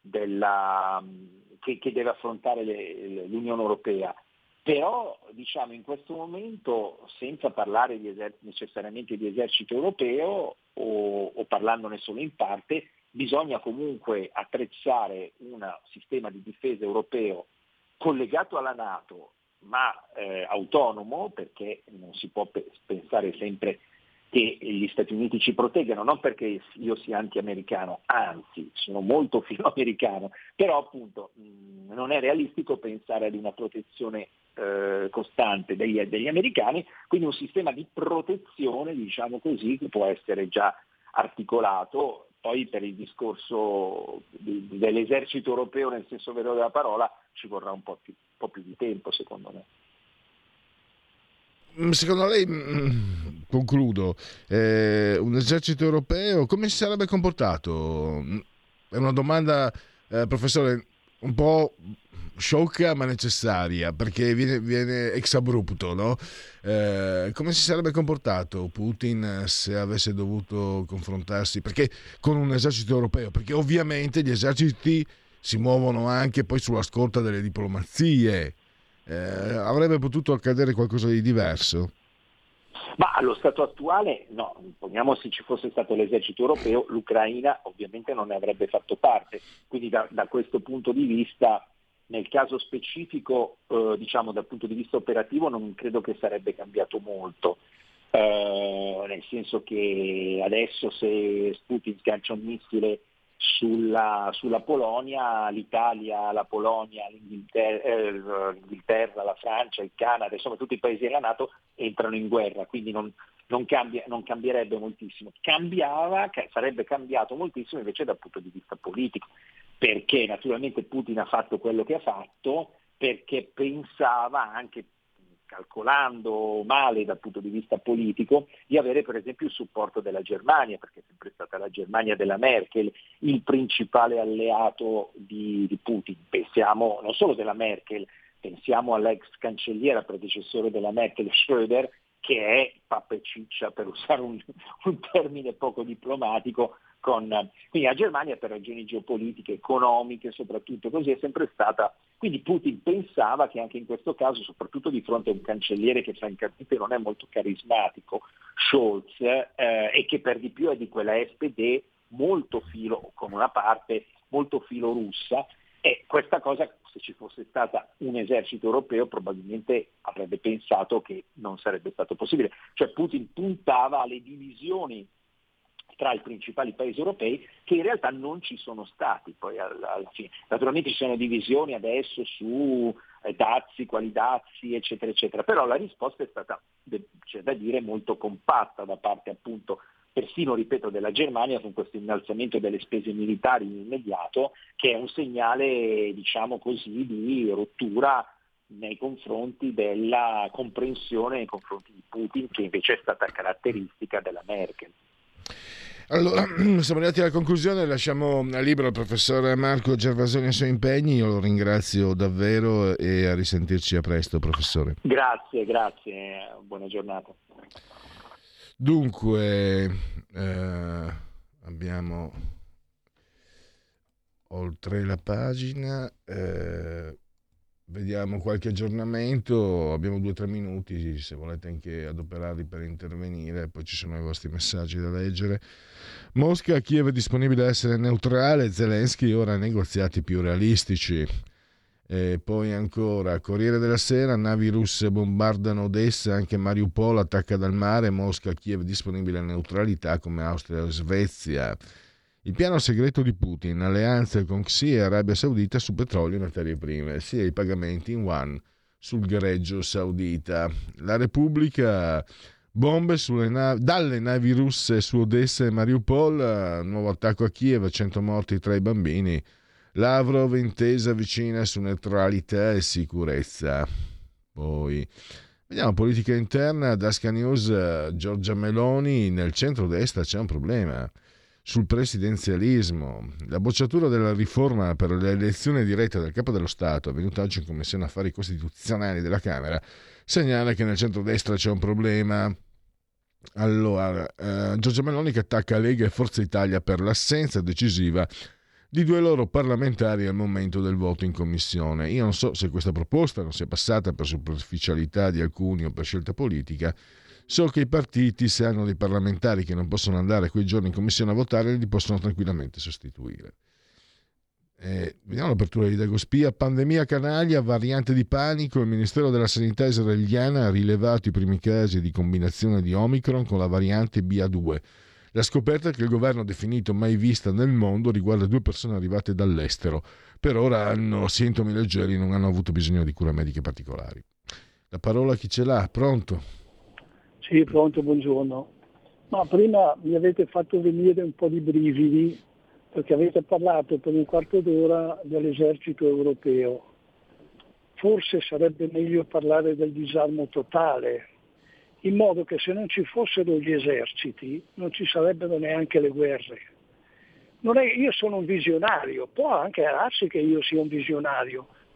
della, che, che deve affrontare le, l'Unione Europea. Però diciamo in questo momento, senza parlare di eser- necessariamente di esercito europeo o, o parlandone solo in parte, bisogna comunque attrezzare un sistema di difesa europeo collegato alla NATO, ma eh, autonomo, perché non si può pe- pensare sempre che gli Stati Uniti ci proteggano, non perché io sia anti-americano, anzi sono molto filo-americano, però appunto mh, non è realistico pensare ad una protezione eh, costante degli, degli americani, quindi un sistema di protezione, diciamo così, che può essere già articolato. Poi per il discorso di, dell'esercito europeo nel senso vero della parola ci vorrà un po' più, un po' più di tempo, secondo me. Secondo lei, concludo, eh, un esercito europeo come si sarebbe comportato? È una domanda, eh, professore, un po' sciocca ma necessaria, perché viene, viene ex abrupto, no? Eh, come si sarebbe comportato Putin se avesse dovuto confrontarsi perché con un esercito europeo? Perché ovviamente gli eserciti si muovono anche poi sulla scorta delle diplomazie. Eh, avrebbe potuto accadere qualcosa di diverso? Ma allo stato attuale no, poniamo se ci fosse stato l'esercito europeo, l'Ucraina ovviamente non ne avrebbe fatto parte, quindi da, da questo punto di vista, nel caso specifico, eh, diciamo dal punto di vista operativo non credo che sarebbe cambiato molto, eh, nel senso che adesso se Putin sgancia un missile sulla, sulla Polonia, l'Italia, la Polonia, l'Inghilterra, eh, l'Inghilterra, la Francia, il Canada, insomma tutti i paesi della NATO entrano in guerra, quindi non, non, cambia, non cambierebbe moltissimo. Cambiava, sarebbe cambiato moltissimo invece dal punto di vista politico, perché naturalmente Putin ha fatto quello che ha fatto, perché pensava anche, calcolando male dal punto di vista politico, di avere per esempio il supporto della Germania, perché è sempre stata la Germania della Merkel il principale alleato di, di Putin. Pensiamo non solo della Merkel, pensiamo all'ex cancelliera, predecessore della Merkel, Schröder, che è pappa e ciccia, per usare un, un termine poco diplomatico, con, quindi la Germania per ragioni geopolitiche, economiche soprattutto, così è sempre stata, quindi Putin pensava che anche in questo caso, soprattutto di fronte a un cancelliere che francamente non è molto carismatico, Scholz, eh, e che per di più è di quella S P D molto filo, con una parte molto filo russa, e questa cosa, se ci fosse stata un esercito europeo, probabilmente avrebbe pensato che non sarebbe stato possibile, cioè Putin puntava alle divisioni tra i principali paesi europei, che in realtà non ci sono stati poi alla, alla fine. Naturalmente ci sono divisioni adesso su eh, dazi, quali dazi, eccetera, eccetera, però la risposta è stata, c'è da dire, molto compatta da parte appunto, persino, ripeto, della Germania, con questo innalzamento delle spese militari immediato, che è un segnale, diciamo così, di rottura nei confronti della comprensione nei confronti di Putin, che invece è stata caratteristica della Merkel. Allora, siamo arrivati alla conclusione, lasciamo libero al professor Marco Gervasoni ai suoi impegni, io lo ringrazio davvero e a risentirci a presto, professore. Grazie, grazie, buona giornata. Dunque, eh, abbiamo oltre la pagina, eh, vediamo qualche aggiornamento, abbiamo due o tre minuti se volete anche adoperarli per intervenire, poi ci sono i vostri messaggi da leggere. Mosca, Kiev è disponibile a essere neutrale, Zelensky ora negoziati più realistici. E poi ancora, Corriere della Sera, navi russe bombardano Odessa, anche Mariupol attacca dal mare, Mosca, Kiev disponibile a neutralità come Austria e Svezia. Il piano segreto di Putin, alleanze con X I e Arabia Saudita su petrolio e materie prime, sia i pagamenti in yuan sul greggio saudita. La Repubblica, bombe sulle navi, dalle navi russe su Odessa e Mariupol, nuovo attacco a Kiev, cento morti tra i bambini. Lavrov, intesa vicina su neutralità e sicurezza. Poi vediamo politica interna, Dasca News, Giorgia Meloni, nel centro-destra c'è un problema. Sul presidenzialismo, la bocciatura della riforma per l'elezione diretta del capo dello Stato, avvenuta oggi in Commissione Affari Costituzionali della Camera, segnala che nel centrodestra c'è un problema. Allora, eh, Giorgia Meloni che attacca Lega e Forza Italia per l'assenza decisiva di due loro parlamentari al momento del voto in commissione. Io non so se questa proposta non sia passata per superficialità di alcuni o per scelta politica. So che i partiti, se hanno dei parlamentari che non possono andare quei giorni in commissione a votare, li possono tranquillamente sostituire. Eh, vediamo l'apertura di Dagospia. Pandemia canaglia, variante di panico. Il Ministero della Sanità israeliana ha rilevato i primi casi di combinazione di Omicron con la variante B A due. La scoperta che il governo ha definito mai vista nel mondo riguarda due persone arrivate dall'estero. Per ora hanno sintomi leggeri e non hanno avuto bisogno di cure mediche particolari. La parola a chi ce l'ha? Pronto? Sì, pronto, buongiorno. Ma prima mi avete fatto venire un po' di brividi perché avete parlato per un quarto d'ora dell'esercito europeo. Forse sarebbe meglio parlare del disarmo totale, in modo che se non ci fossero gli eserciti non ci sarebbero neanche le guerre. Non è, io sono un visionario, può anche darsi che io sia un visionario,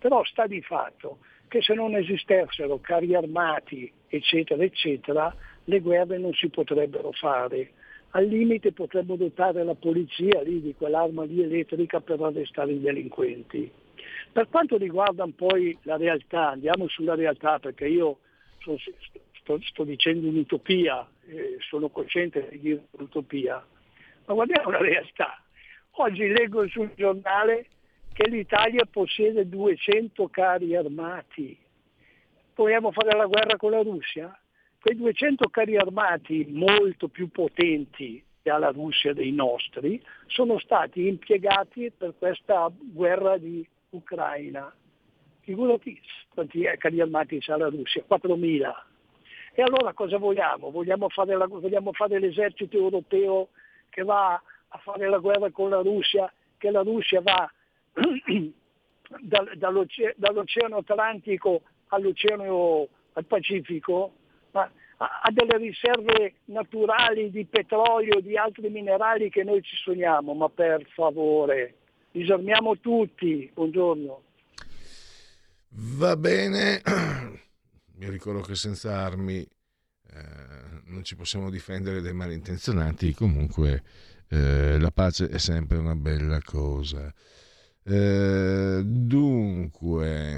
Però sta di fatto che se non esistessero carri armati, eccetera, eccetera, le guerre non si potrebbero fare. Al limite potremmo dotare la polizia lì di quell'arma lì elettrica per arrestare i delinquenti. Per quanto riguarda poi la realtà, andiamo sulla realtà, perché io sono, sto, sto dicendo un'utopia, eh, sono cosciente di dire un'utopia, ma guardiamo la realtà. Oggi leggo sul giornale che l'Italia possiede duecento carri armati. Vogliamo fare la guerra con la Russia? Quei duecento carri armati molto più potenti che ha la Russia dei nostri sono stati impiegati per questa guerra di Ucraina. Figurati quanti carri armati ha la Russia, quattromila. E allora cosa vogliamo? Vogliamo fare, la, vogliamo fare l'esercito europeo che va a fare la guerra con la Russia, che la Russia va dall'oceano, dall'oceano Atlantico all'oceano al Pacifico, ma ha delle riserve naturali di petrolio e di altri minerali che noi ci sogniamo, ma per favore, disarmiamo tutti. Buongiorno. Va bene, mi ricordo che senza armi eh, non ci possiamo difendere dai malintenzionati, comunque eh, la pace è sempre una bella cosa. Eh, dunque,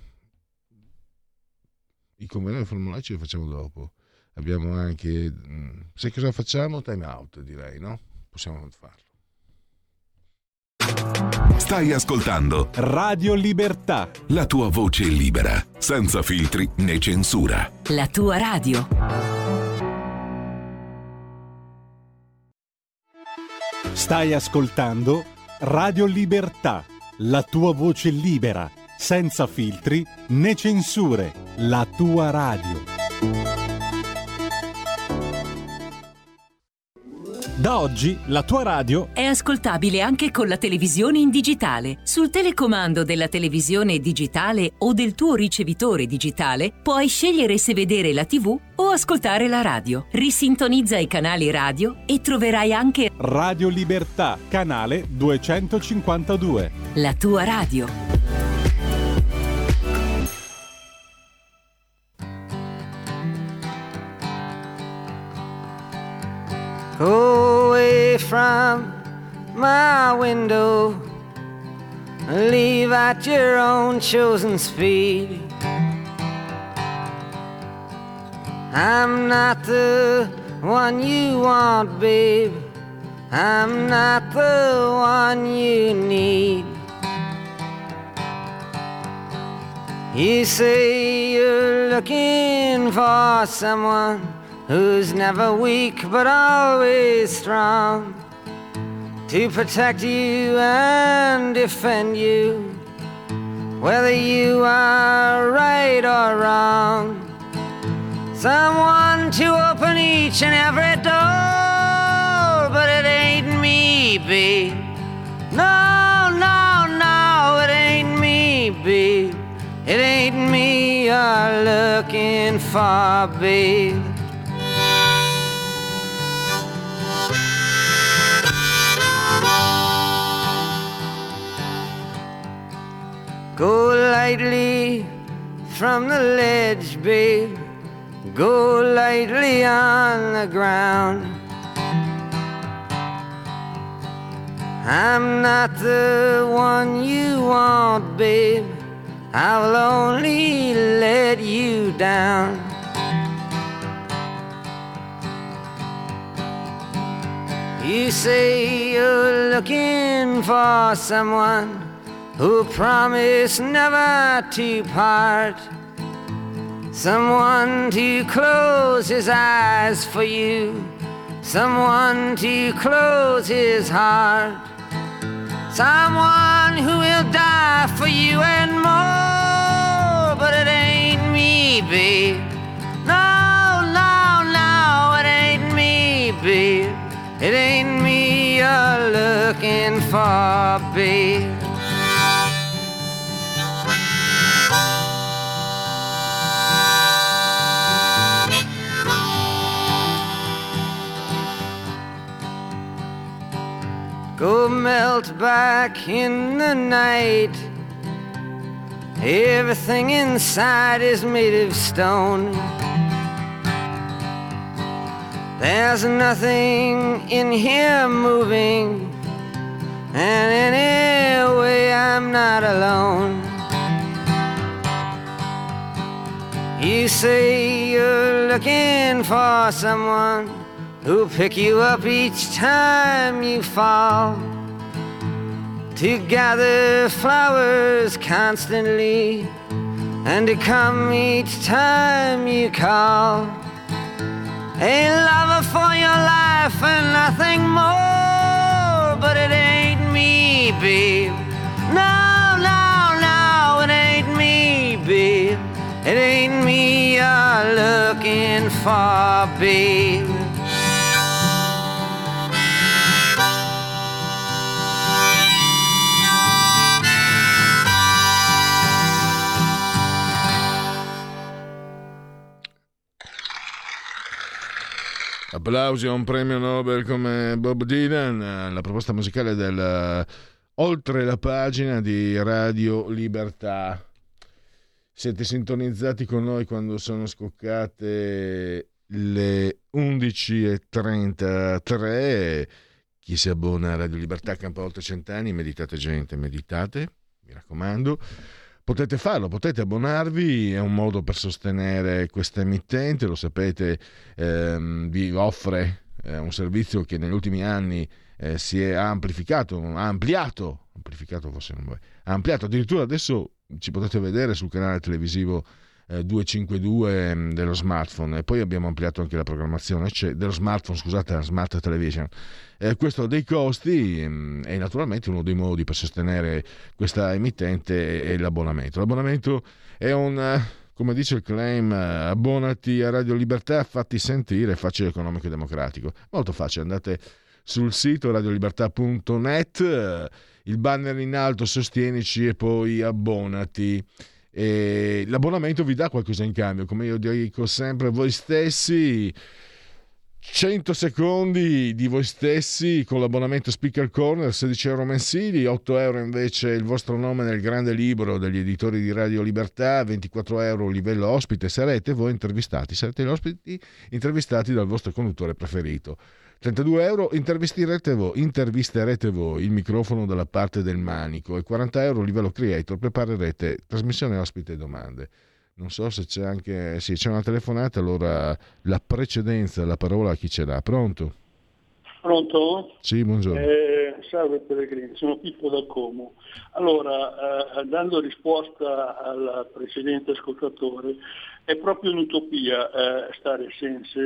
i commenti del formulario ce li facciamo dopo. Abbiamo anche, sai cosa facciamo? Time out, direi, no? Possiamo farlo. Stai ascoltando Radio Libertà, la tua voce libera, senza filtri né censura. La tua radio. Stai ascoltando Radio Libertà, la tua voce libera, senza filtri né censure. La tua radio. Da oggi la tua radio è ascoltabile anche con la televisione in digitale. Sul telecomando della televisione digitale o del tuo ricevitore digitale puoi scegliere se vedere la tivù o ascoltare la radio. Risintonizza i canali radio e troverai anche Radio Libertà, canale duecentocinquantadue. La tua radio. Go away from my window, leave at your own chosen speed. I'm not the one you want, babe. I'm not the one you need. You say you're looking for someone who's never weak but always strong, to protect you and defend you, whether you are right or wrong. Someone to open each and every door, but it ain't me, babe. No, no, no, it ain't me, babe. It ain't me you're looking for, babe. Go lightly from the ledge, babe. Go lightly on the ground. I'm not the one you want, babe. I will only let you down. You say you're looking for someone who promised never to part, someone to close his eyes for you, someone to close his heart, someone who will die for you and more. But it ain't me, babe. No, no, no, it ain't me, babe. It ain't me you're looking for, babe. Go melt back in the night Everything inside is made of stone. There's nothing in here moving, and anyway I'm not alone. You say you're looking for someone who'll pick you up each time you fall, to gather flowers constantly and to come each time you call. A lover for your life and nothing more, but it ain't me, babe. No, no, no, it ain't me, babe. It ain't me you're looking for, babe. Applausi a un premio Nobel come Bob Dylan, la proposta musicale del Oltre la pagina di Radio Libertà. Siete sintonizzati con noi quando sono scoccate le undici e trentatré. Chi si abbona a Radio Libertà campa oltre cent'anni. Meditate gente, meditate, mi raccomando. Potete farlo, potete abbonarvi, è un modo per sostenere questa emittente, lo sapete, ehm, vi offre eh, un servizio che negli ultimi anni eh, si è amplificato, ha ampliato, amplificato forse non vuoi, ha ampliato, addirittura adesso ci potete vedere sul canale televisivo eh, duecentocinquantadue eh, dello smartphone, e poi abbiamo ampliato anche la programmazione cioè, dello smartphone, scusate, la smart television. Eh, questo ha dei costi mh, e naturalmente uno dei modi per sostenere questa emittente è, è l'abbonamento. L'abbonamento è un, come dice il claim, abbonati a Radio Libertà, fatti sentire, facile, economico e democratico. Molto facile, andate sul sito radiolibertà punto net, il banner in alto sostienici e poi abbonati. E l'abbonamento vi dà qualcosa in cambio, come io dico sempre, voi stessi cento secondi di voi stessi con l'abbonamento Speaker Corner, sedici euro mensili, otto euro invece il vostro nome nel grande libro degli editori di Radio Libertà, ventiquattro euro livello ospite, sarete voi intervistati, sarete gli ospiti intervistati dal vostro conduttore preferito. trentadue euro intervisterete voi, intervisterete voi il microfono dalla parte del manico, e quaranta euro livello creator, preparerete trasmissione ospite e domande. Non so se c'è anche, sì, c'è una telefonata, allora la precedenza, la parola a chi ce l'ha. Pronto? Pronto? Sì, buongiorno. Eh, salve Pellegrini, sono Pippo da Como. Allora, eh, dando risposta al precedente ascoltatore, è proprio un'utopia eh, stare senza,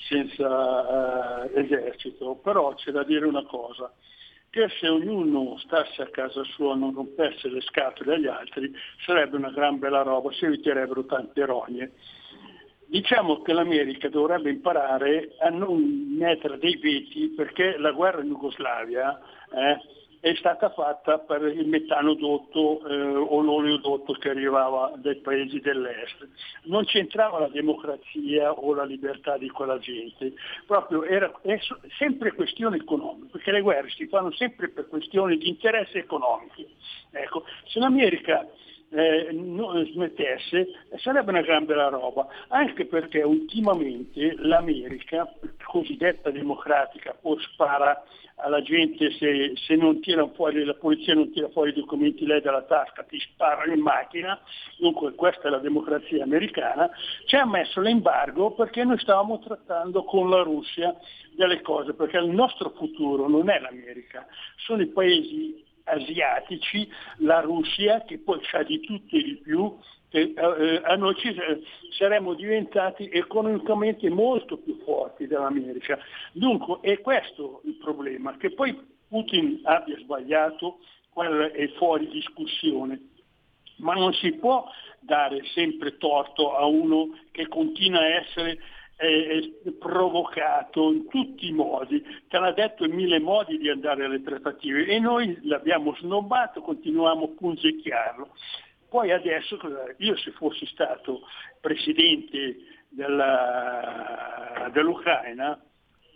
senza eh, esercito, però c'è da dire una cosa, che se ognuno stasse a casa sua e non rompesse le scatole agli altri sarebbe una gran bella roba, si eviterebbero tante rogne. Diciamo che l'America dovrebbe imparare a non mettere dei veti, perché la guerra in Jugoslavia eh, è stata fatta per il metanodotto eh, o l'oleodotto che arrivava dai paesi dell'est. Non c'entrava la democrazia o la libertà di quella gente, proprio era è sempre questione economica, perché le guerre si fanno sempre per questioni di interessi economici. Ecco, se l'America Eh, non smettesse sarebbe una gran bella roba, anche perché ultimamente l'America cosiddetta democratica poi spara alla gente se, se non tira fuori, la polizia non tira fuori i documenti lei dalla tasca, ti spara in macchina. Dunque questa è la democrazia americana. Ci ha messo l'embargo perché noi stavamo trattando con la Russia delle cose, perché il nostro futuro non è l'America, sono i paesi asiatici, la Russia che poi sa di tutto e di più, che eh, a noi ci, eh, saremmo diventati economicamente molto più forti dell'America. Dunque è questo il problema, che poi Putin abbia sbagliato, quello è fuori discussione, ma non si può dare sempre torto a uno che continua a essere è provocato in tutti i modi, te l'ha detto in mille modi di andare alle trattative e noi l'abbiamo snobbato, continuiamo a punzecchiarlo. Poi adesso io se fossi stato presidente della, dell'Ucraina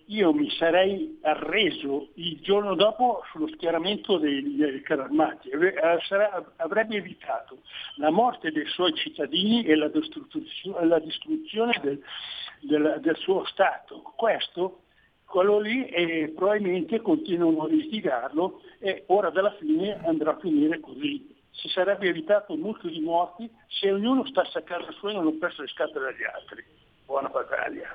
io mi sarei arreso il giorno dopo sullo schieramento dei carri armati, avrebbe evitato la morte dei suoi cittadini e la distruzione, la distruzione del, del, del suo Stato. Questo, quello lì, e probabilmente continuano a litigarlo e ora dalla fine andrà a finire così. Si sarebbe evitato molto di morti se ognuno stasse a casa sua e non perso le scatole dagli altri. Buona battaglia.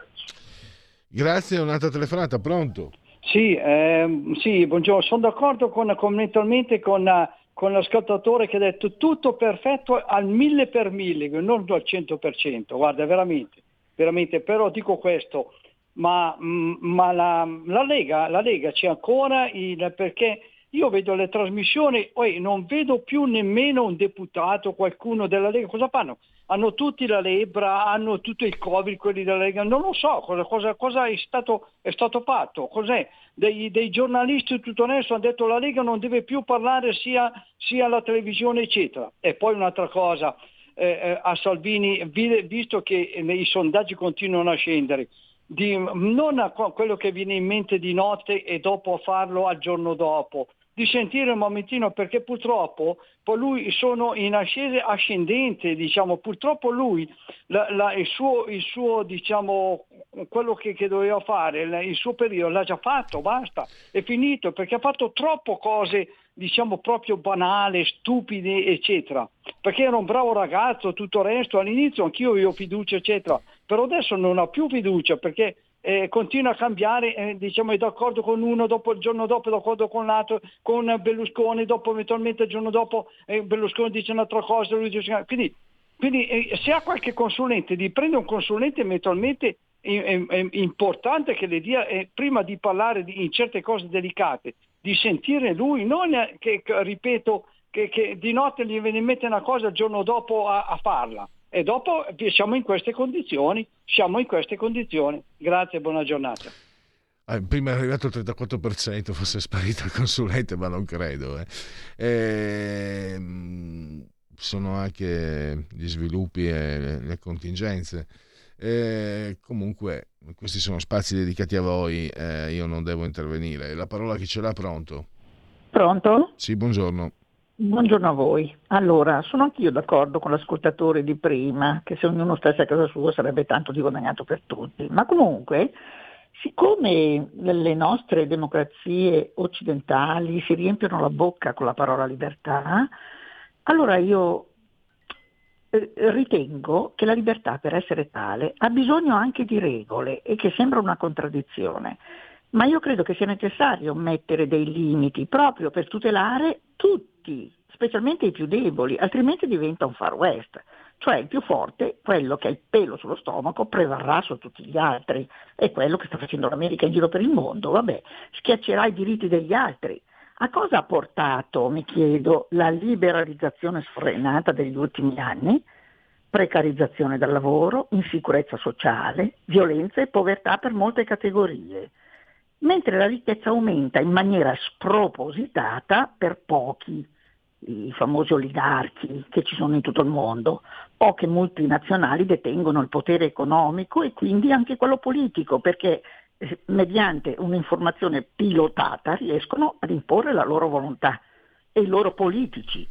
Grazie, un'altra telefonata, pronto? Sì, ehm, sì, buongiorno, sono d'accordo con, commentalmente con, con l'ascoltatore che ha detto tutto perfetto al mille per mille, non al cento per cento, guarda, veramente, veramente, però dico questo, ma, ma la, la Lega, la Lega c'è ancora, il, perché io vedo le trasmissioni, poi non vedo più nemmeno un deputato, qualcuno della Lega, cosa fanno? Hanno tutti la lebbra, hanno tutto il Covid, quelli della Lega, non lo so cosa, cosa, cosa è, stato, è stato fatto, cos'è? Dei, dei giornalisti tutto onesto hanno detto la Lega non deve più parlare sia, sia alla televisione eccetera. E poi un'altra cosa, eh, a Salvini, visto che i sondaggi continuano a scendere, di, non a quello che viene in mente di notte e dopo farlo al giorno dopo, di sentire un momentino, perché purtroppo poi lui sono in ascesa ascendente, diciamo, purtroppo lui la, la, il suo, il suo diciamo quello che, che doveva fare, il suo periodo l'ha già fatto, basta, è finito, perché ha fatto troppo cose diciamo proprio banali, stupide eccetera, perché era un bravo ragazzo, tutto il resto, all'inizio anch'io avevo fiducia eccetera, però adesso non ho più fiducia perché Eh, continua a cambiare, eh, diciamo è d'accordo con uno, dopo il giorno dopo è d'accordo con l'altro, con Berlusconi, dopo eventualmente il giorno dopo eh, Berlusconi dice un'altra cosa, lui dice, quindi, quindi eh, se ha qualche consulente, di prendere un consulente eventualmente eh, eh, importante che le dia, eh, prima di parlare di, in certe cose delicate, di sentire lui, non eh, che, che ripeto, che, che di notte gli viene in mente una cosa il giorno dopo a, a farla. E dopo siamo in queste condizioni, siamo in queste condizioni. Grazie, buona giornata. Ah, prima è arrivato il trentaquattro per cento, fosse sparito il consulente, ma non credo. Eh. E, sono anche gli sviluppi e le, le contingenze. E, comunque, questi sono spazi dedicati a voi, eh, io non devo intervenire. La parola chi ce l'ha, pronto? Pronto? Sì, buongiorno. Buongiorno a voi. Allora, sono anch'io d'accordo con l'ascoltatore di prima, che se ognuno stesse a casa sua sarebbe tanto di guadagnato per tutti. Ma comunque, siccome le nostre democrazie occidentali si riempiono la bocca con la parola libertà, allora io eh, ritengo che la libertà, per essere tale, ha bisogno anche di regole, e che sembra una contraddizione. Ma io credo che sia necessario mettere dei limiti proprio per tutelare tutti, specialmente i più deboli, altrimenti diventa un far west. Cioè il più forte, quello che ha il pelo sullo stomaco, prevarrà su tutti gli altri. È quello che sta facendo l'America in giro per il mondo, vabbè, schiaccerà i diritti degli altri. A cosa ha portato, mi chiedo, la liberalizzazione sfrenata degli ultimi anni? Precarizzazione del lavoro, insicurezza sociale, violenza e povertà per molte categorie. Mentre la ricchezza aumenta in maniera spropositata per pochi, i famosi oligarchi che ci sono in tutto il mondo. Poche multinazionali detengono il potere economico e quindi anche quello politico, perché eh, mediante un'informazione pilotata riescono ad imporre la loro volontà, e i loro politici.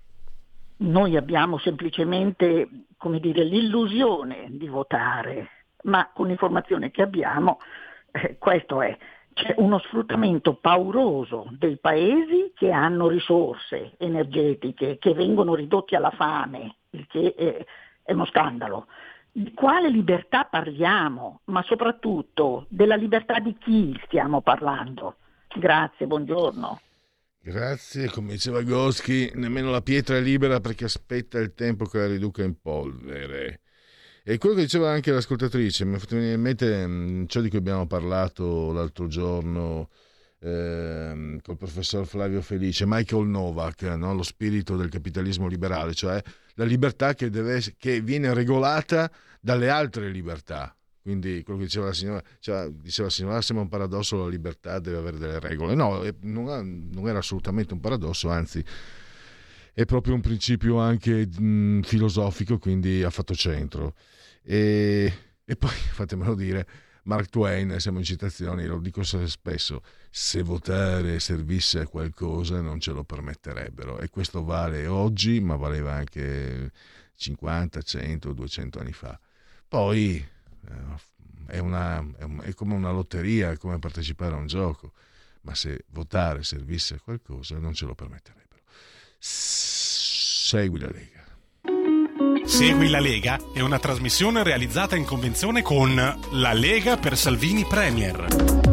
Noi abbiamo semplicemente, come dire, l'illusione di votare, ma con l'informazione che abbiamo eh, questo è. C'è uno sfruttamento pauroso dei paesi che hanno risorse energetiche, che vengono ridotti alla fame, il che è, è uno scandalo. Di quale libertà parliamo? Ma soprattutto della libertà di chi stiamo parlando? Grazie, buongiorno. Grazie, come diceva Goschi, nemmeno la pietra è libera perché aspetta il tempo che la riduca in polvere. E quello che diceva anche l'ascoltatrice, mi ha fatto venire in mente mh, ciò di cui abbiamo parlato l'altro giorno eh, col professor Flavio Felice, Michael Novak, no? Lo spirito del capitalismo liberale, cioè la libertà che, deve, che viene regolata dalle altre libertà. Quindi quello che diceva la signora, cioè, diceva la signora, sembra un paradosso, la libertà deve avere delle regole. No, non, non era assolutamente un paradosso, anzi è proprio un principio anche mh, filosofico, quindi ha fatto centro. E, e poi fatemelo dire, Mark Twain, siamo in citazioni, lo dico spesso, se votare servisse a qualcosa non ce lo permetterebbero, e questo vale oggi, ma valeva anche cinquanta, cento, duecento anni fa. Poi eh, è, una, è, un, è come una lotteria, è come partecipare a un gioco, ma se votare servisse a qualcosa non ce lo permetterebbero. Segui la Lega. Segui la Lega è una trasmissione realizzata in convenzione con La Lega per Salvini Premier.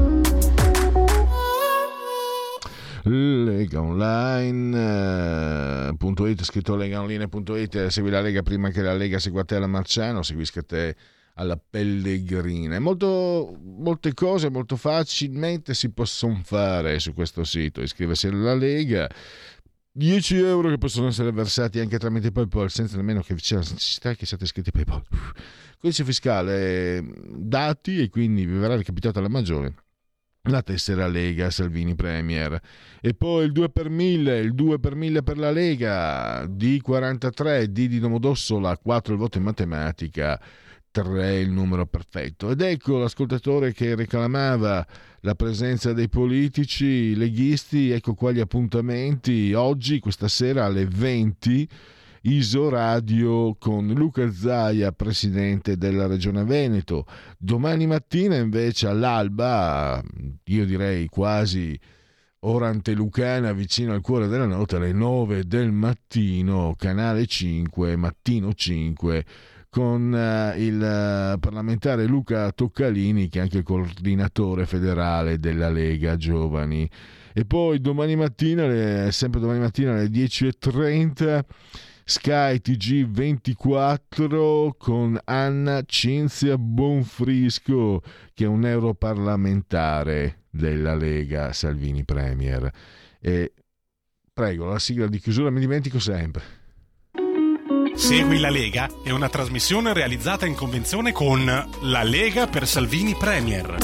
Legaonline.it, scritto legaonline.it. Segui la Lega prima che la Lega segua te alla Marciano, seguisca te alla Pellegrina. Molto, molte cose molto facilmente si possono fare su questo sito. Iscriversi alla Lega, dieci euro che possono essere versati anche tramite PayPal senza nemmeno che c'è la necessità che siate iscritti a PayPal. Codice fiscale dati, e quindi vi verrà recapitata la maggiore la tessera Lega Salvini Premier. E poi il due per mille, il due per mille per la Lega, D quarantatré, D di Domodossola, quattro il voto in matematica, tre il numero perfetto. Ed ecco l'ascoltatore che reclamava la presenza dei politici leghisti, ecco qua gli appuntamenti. Oggi, questa sera alle venti, Isoradio con Luca Zaia, presidente della Regione Veneto. Domani mattina invece all'alba, io direi quasi ora antelucana, vicino al cuore della notte, alle nove del mattino, Canale cinque, Mattino cinque, con uh, il uh, parlamentare Luca Toccalini, che è anche il coordinatore federale della Lega Giovani. E poi domani mattina, le, sempre domani mattina alle dieci e trenta, Sky T G ventiquattro con Anna Cinzia Bonfrisco, che è un europarlamentare della Lega Salvini Premier. E prego, la sigla di chiusura, mi dimentico sempre. Segui la Lega è una trasmissione realizzata in convenzione con La Lega per Salvini Premier.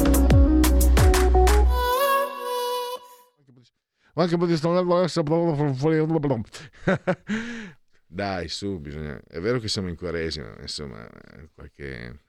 Dai, su, bisogna. È vero che siamo in Quaresima, insomma, qualche.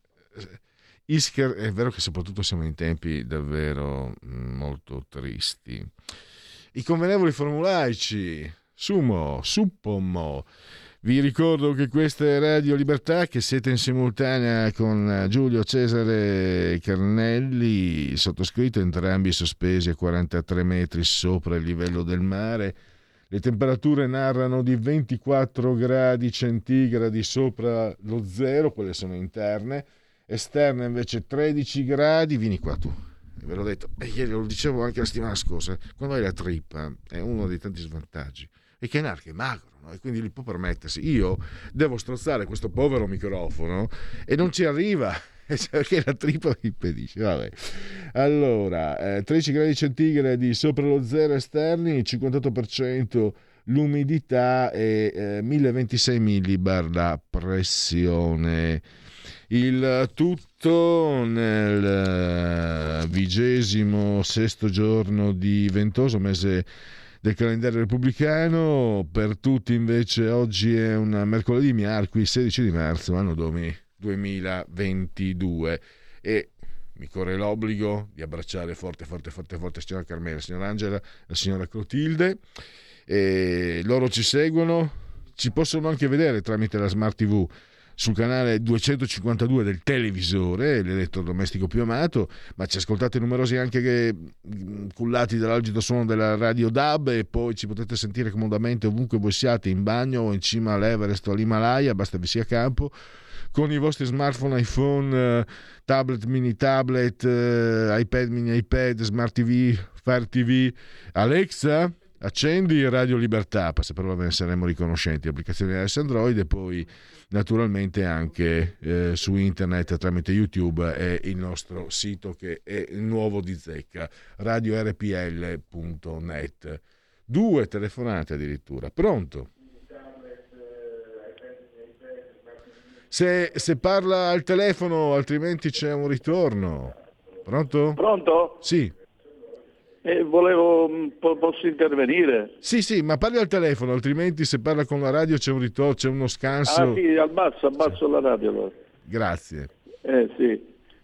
Isker, è vero che soprattutto siamo in tempi davvero molto tristi. I convenevoli formulaici, sumo, suppomo. Vi ricordo che questa è Radio Libertà, che siete in simultanea con Giulio Cesare Carnelli, sottoscritto, entrambi sospesi a quarantatré metri sopra il livello del mare. Le temperature narrano di ventiquattro gradi centigradi sopra lo zero, quelle sono interne, esterne invece tredici gradi. Vieni qua tu, ve l'ho detto, e ieri lo dicevo anche la settimana scorsa, quando hai la trippa è uno dei tanti svantaggi, e che Narco è magro, no? E quindi li può permettersi. Io devo strozzare questo povero microfono e non ci arriva, perché la trippa mi impedisce. Vabbè. Allora, eh, tredici gradi centigradi sopra lo zero esterni, cinquantotto per cento l'umidità e eh, mille ventisei millibar la pressione. Il tutto nel vigesimo sesto giorno di ventoso mese del calendario repubblicano. Per tutti invece oggi è un mercoledì miarqui, sedici di marzo, anno domini duemilaventidue, e mi corre l'obbligo di abbracciare forte forte forte forte la signora Carmela, la signora Angela, la signora Clotilde, e loro ci seguono, ci possono anche vedere tramite la Smart tivù sul canale duecentocinquantadue del televisore, l'elettrodomestico più amato, ma ci ascoltate numerosi anche che, cullati dall'algido suono della radio D A B, e poi ci potete sentire comodamente ovunque voi siate, in bagno o in cima all'Everest o all'Himalaya, basta vi sia a campo, con i vostri smartphone, iPhone, tablet, mini tablet, iPad, mini iPad, Smart tivù, Fire tivù. Alexa, accendi Radio Libertà, se però ve ne saremo riconoscenti, applicazione iOS Android, e poi naturalmente anche eh, su internet tramite YouTube e il nostro sito che è il nuovo di zecca, radio r p l punto net. Due telefonate addirittura. Pronto? Se, se parla al telefono, altrimenti c'è un ritorno. Pronto? Pronto? Sì. Eh, volevo, posso intervenire? Sì, sì, ma parli al telefono, altrimenti se parla con la radio c'è un ritorno, c'è uno scanso. Ah sì, abbasso, abbasso sì. La radio allora. Grazie. Eh sì.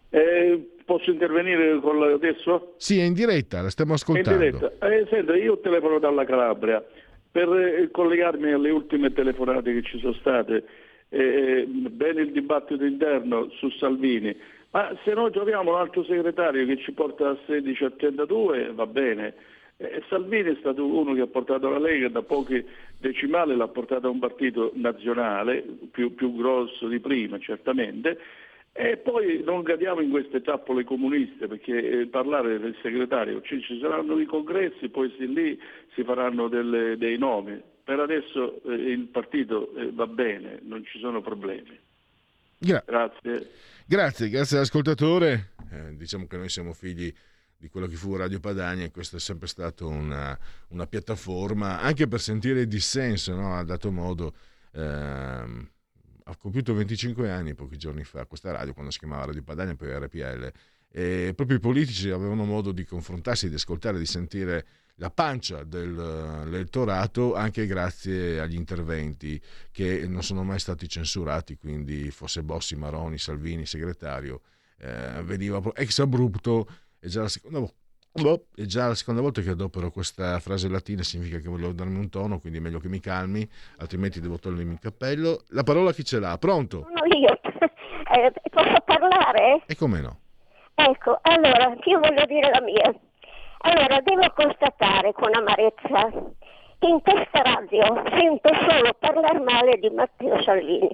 Eh, posso intervenire con la, adesso? Sì, è in diretta, la stiamo ascoltando. È in diretta. Eh, senta, io telefono dalla Calabria per eh, collegarmi alle ultime telefonate che ci sono state. Eh, bene il dibattito interno su Salvini, ma se noi troviamo un altro segretario che ci porta a sedici a trentadue va bene. Eh, Salvini è stato uno che ha portato la Lega da pochi decimali, l'ha portata a un partito nazionale più, più grosso di prima certamente, e poi non cadiamo in queste trappole comuniste, perché eh, parlare del segretario, ci, ci saranno i congressi, poi sì, lì si faranno delle, dei nomi. Per adesso eh, il partito eh, va bene, non ci sono problemi. Gra- grazie. Grazie, grazie all'ascoltatore. Eh, diciamo che noi siamo figli di quello che fu Radio Padania e questo è sempre stato una, una piattaforma anche per sentire il dissenso, no? Ha dato modo, ehm, ha compiuto venticinque anni pochi giorni fa questa radio, quando si chiamava Radio Padania, poi R P L, e proprio i politici avevano modo di confrontarsi, di ascoltare, di sentire la pancia dell'elettorato, anche grazie agli interventi che non sono mai stati censurati, quindi fosse Bossi, Maroni, Salvini, segretario, eh, veniva ex abrupto. È già la seconda volta, è già la seconda volta che adopero questa frase latina, significa che volevo darmi un tono, quindi è meglio che mi calmi, altrimenti devo togliermi il cappello. La parola chi ce l'ha? Pronto? Sono io. Eh, posso parlare? E come no? Ecco, allora, io voglio dire la mia. Allora, devo constatare con amarezza che in questa radio sento solo parlare male di Matteo Salvini.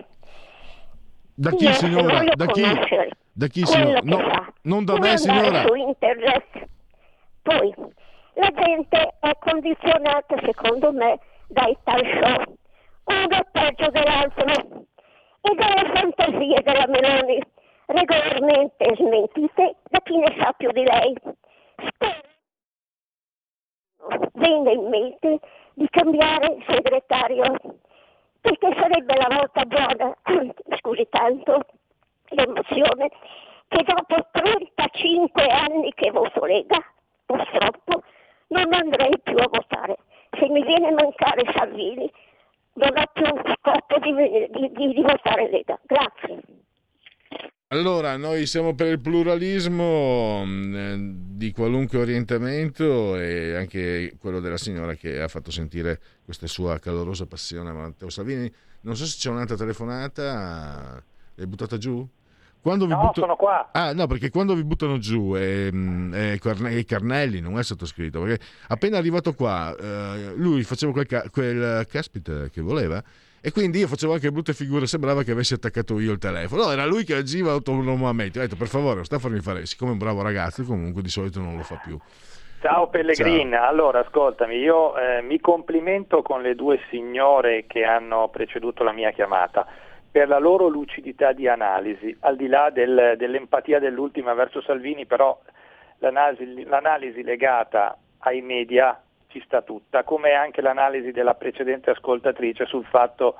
Da chi, io signora? Da chi? Da chi, signora? No, non da me, signora. Su internet. Poi, la gente è condizionata, secondo me, dai tal show. Uno peggio dell'altro. E dalle fantasie della Meloni, regolarmente smentite da chi ne sa più di lei. Spero venga in mente di cambiare segretario, perché sarebbe la volta buona, scusi tanto l'emozione, che dopo trentacinque anni che voto Lega, purtroppo, non andrei più a votare. Se mi viene a mancare Salvini, non ho più scopo di, di, di, di votare Lega. Grazie. Allora, noi siamo per il pluralismo eh, di qualunque orientamento, e anche quello della signora che ha fatto sentire questa sua calorosa passione a Matteo Salvini. Non so se c'è un'altra telefonata, l'hai buttata giù? Quando vi no, butto... sono qua. Ah, no, perché quando vi buttano giù è, è, è Carnelli, non è sottoscritto, perché appena arrivato qua eh, lui faceva quel, ca- quel caspita che voleva, e quindi io facevo anche brutte figure, sembrava che avessi attaccato io il telefono. No, era lui che agiva autonomamente. Ho detto, per favore, non sta a farmi fare, siccome è un bravo ragazzo, comunque di solito non lo fa più. Ciao Pellegrin, Ciao. Allora ascoltami, io eh, mi complimento con le due signore che hanno preceduto la mia chiamata per la loro lucidità di analisi, al di là del, dell'empatia dell'ultima verso Salvini, però l'analisi, l'analisi legata ai media ci sta tutta, come anche l'analisi della precedente ascoltatrice sul fatto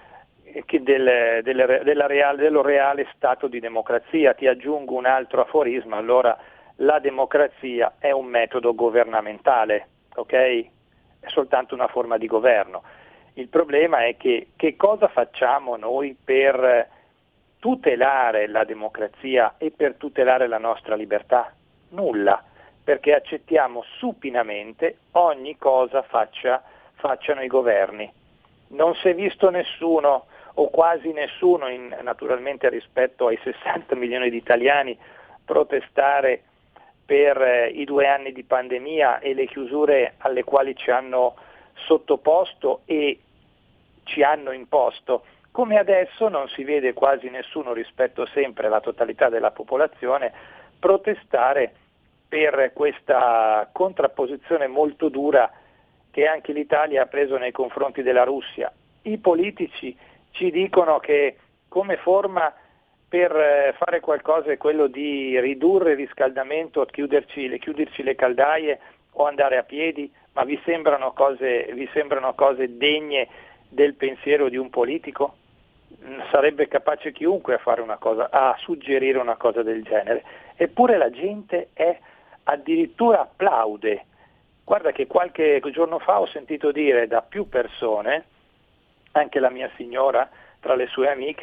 che del, del, della reale, dello reale stato di democrazia. Ti aggiungo un altro aforisma, allora la democrazia è un metodo governamentale, ok? È soltanto una forma di governo. Il problema è che che cosa facciamo noi per tutelare la democrazia e per tutelare la nostra libertà? Nulla. Perché accettiamo supinamente ogni cosa faccia, facciano i governi. Non si è visto nessuno, o quasi nessuno, in, naturalmente rispetto ai sessanta milioni di italiani, protestare per eh, i due anni di pandemia e le chiusure alle quali ci hanno sottoposto e ci hanno imposto. Come adesso non si vede quasi nessuno, rispetto sempre alla totalità della popolazione, protestare per questa contrapposizione molto dura che anche l'Italia ha preso nei confronti della Russia. I politici ci dicono che come forma per fare qualcosa è quello di ridurre il riscaldamento, chiuderci, chiuderci le caldaie o andare a piedi, ma vi sembrano cose, vi sembrano cose degne del pensiero di un politico? Sarebbe capace chiunque a fare una cosa, a suggerire una cosa del genere. Eppure la gente è addirittura applaude. Guarda che qualche giorno fa ho sentito dire da più persone, anche la mia signora tra le sue amiche,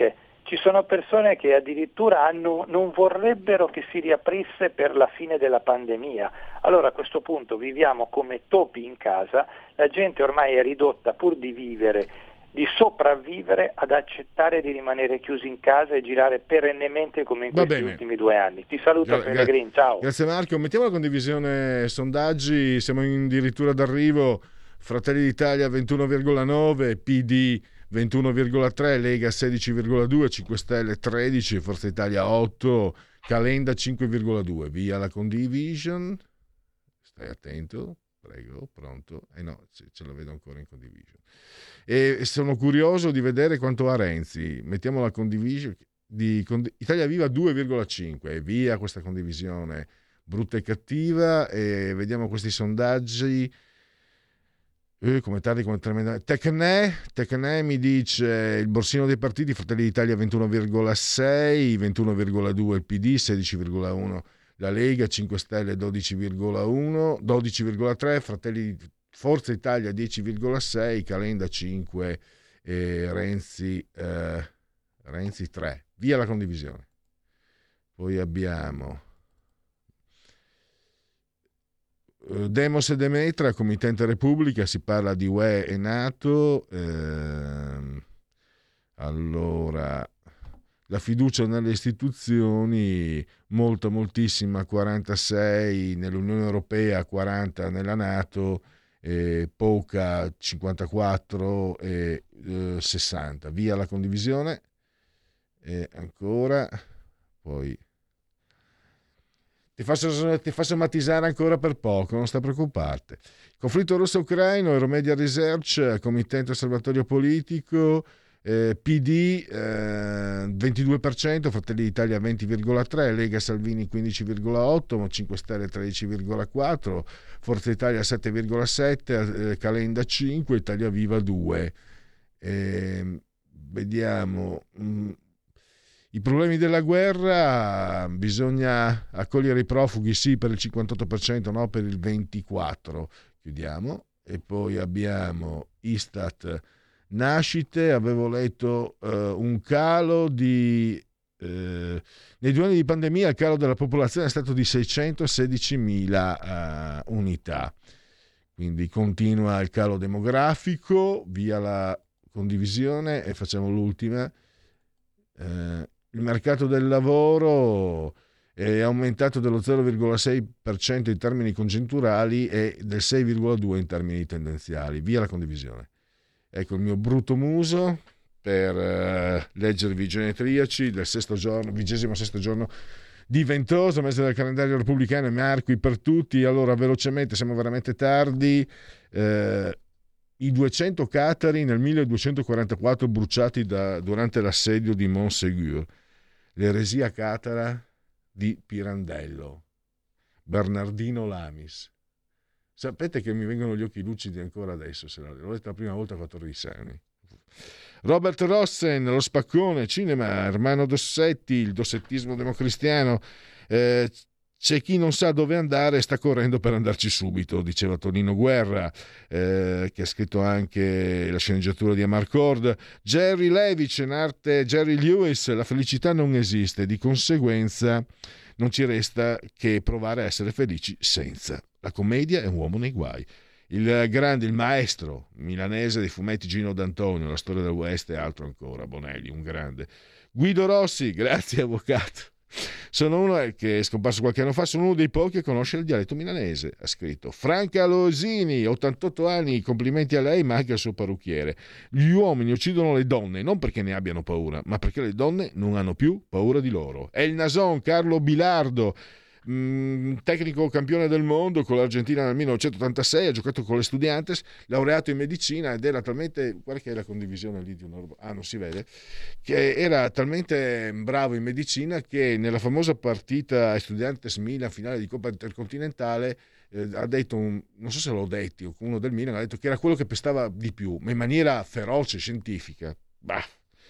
Ci sono persone che addirittura hanno, non vorrebbero che si riaprisse per la fine della pandemia. Allora a questo punto viviamo come topi in casa, la gente ormai è ridotta pur di vivere, di sopravvivere, ad accettare di rimanere chiusi in casa e girare perennemente come in Va questi bene. ultimi due anni. Ti saluto, Gra- Pellegrin, ciao. Grazie Marco, mettiamo la condivisione sondaggi, siamo addirittura d'arrivo. Fratelli d'Italia ventuno virgola nove, P D ventuno virgola tre, Lega sedici virgola due, cinque Stelle tredici, Forza Italia otto, Calenda cinque virgola due. Via la condivision. Stai attento, prego, pronto. Eh no, ce la vedo ancora in condivision. E sono curioso di vedere quanto ha Renzi. Mettiamo la condivision di Condi- Italia Viva due virgola cinque. E via questa condivisione brutta e cattiva. E vediamo questi sondaggi. Eh, come tardi, come tremenda. Tecne, Tecne mi dice il borsino dei partiti, Fratelli d'Italia ventuno virgola sei, ventuno virgola due il P D, sedici virgola uno la Lega, cinque Stelle dodici virgola uno, dodici virgola tre, Fratelli Forza Italia dieci virgola sei, Calenda cinque e Renzi, eh, Renzi tre. Via la condivisione. Poi abbiamo Demos e Demetra, Committente Repubblica, si parla di U E e NATO. Ehm, allora, la fiducia nelle istituzioni, molta, moltissima, quarantasei nell'Unione Europea, quaranta nella NATO, eh, poca, cinquantaquattro e eh, sessanta. Via la condivisione. E ancora, poi... Ti faccio, ti faccio mattisare ancora per poco, non sta a preoccuparti. Conflitto russo-ucraino, Euromedia Research, Committente Osservatorio Politico, eh, P D eh, ventidue per cento, Fratelli d'Italia venti virgola tre, Lega Salvini quindici virgola otto, cinque Stelle tredici virgola quattro, Forza Italia sette virgola sette, eh, Calenda cinque, Italia Viva due. Eh, vediamo... Mh, I problemi della guerra, bisogna accogliere i profughi sì per il cinquantotto per cento, no per il ventiquattro per cento. Chiudiamo. E poi abbiamo Istat nascite, avevo letto uh, un calo di... Uh, nei due anni di pandemia il calo della popolazione è stato di seicentosedicimila uh, unità. Quindi continua il calo demografico, via la condivisione e facciamo l'ultima. Uh, Il mercato del lavoro è aumentato dello zero virgola sei per cento in termini congiunturali e del sei virgola due per cento in termini tendenziali. Via la condivisione. Ecco il mio brutto muso per eh, leggervi i genetriaci del sesto giorno, vigesimo sesto giorno di ventoso, mese del calendario repubblicano, Marqui per tutti. Allora, velocemente, siamo veramente tardi. Eh, I duecento catari nel milleduecentoquarantaquattro bruciati da, durante l'assedio di Montségur. L'eresia catara di Pirandello, Bernardino Lamis. Sapete che mi vengono gli occhi lucidi ancora adesso, se l'ho letto la prima volta a quattordici anni. Robert Rossen, Lo spaccone, cinema, Ermanno Dossetti, il dossettismo democristiano. Eh, c'è chi non sa dove andare e sta correndo per andarci subito, diceva Tonino Guerra, eh, che ha scritto anche la sceneggiatura di Amarcord. Jerry Levitch, in arte Jerry Lewis, la felicità non esiste, di conseguenza non ci resta che provare a essere felici senza. La commedia è un uomo nei guai. Il grande, il maestro milanese dei fumetti Gino D'Antonio, la storia del West e altro ancora, Bonelli, un grande. Guido Rossi, grazie avvocato. Sono uno che è scomparso qualche anno fa, sono uno dei pochi che conosce il dialetto milanese, ha scritto. Franca Losini, ottantotto anni, complimenti a lei ma anche al suo parrucchiere. Gli uomini uccidono le donne non perché ne abbiano paura, ma perché le donne non hanno più paura di loro. È il Nason, Carlo Bilardo, mh, tecnico campione del mondo con l'Argentina nel millenovecentottantasei, ha giocato con le Estudiantes, laureato in medicina ed era talmente, guarda che è la condivisione lì di una roba, ah non si vede, che era talmente bravo in medicina che nella famosa partita Estudiantes Milan finale di Coppa Intercontinentale eh, ha detto, un, non so se l'ho detto, uno del Milan ha detto che era quello che pestava di più, ma in maniera feroce, scientifica. Bah.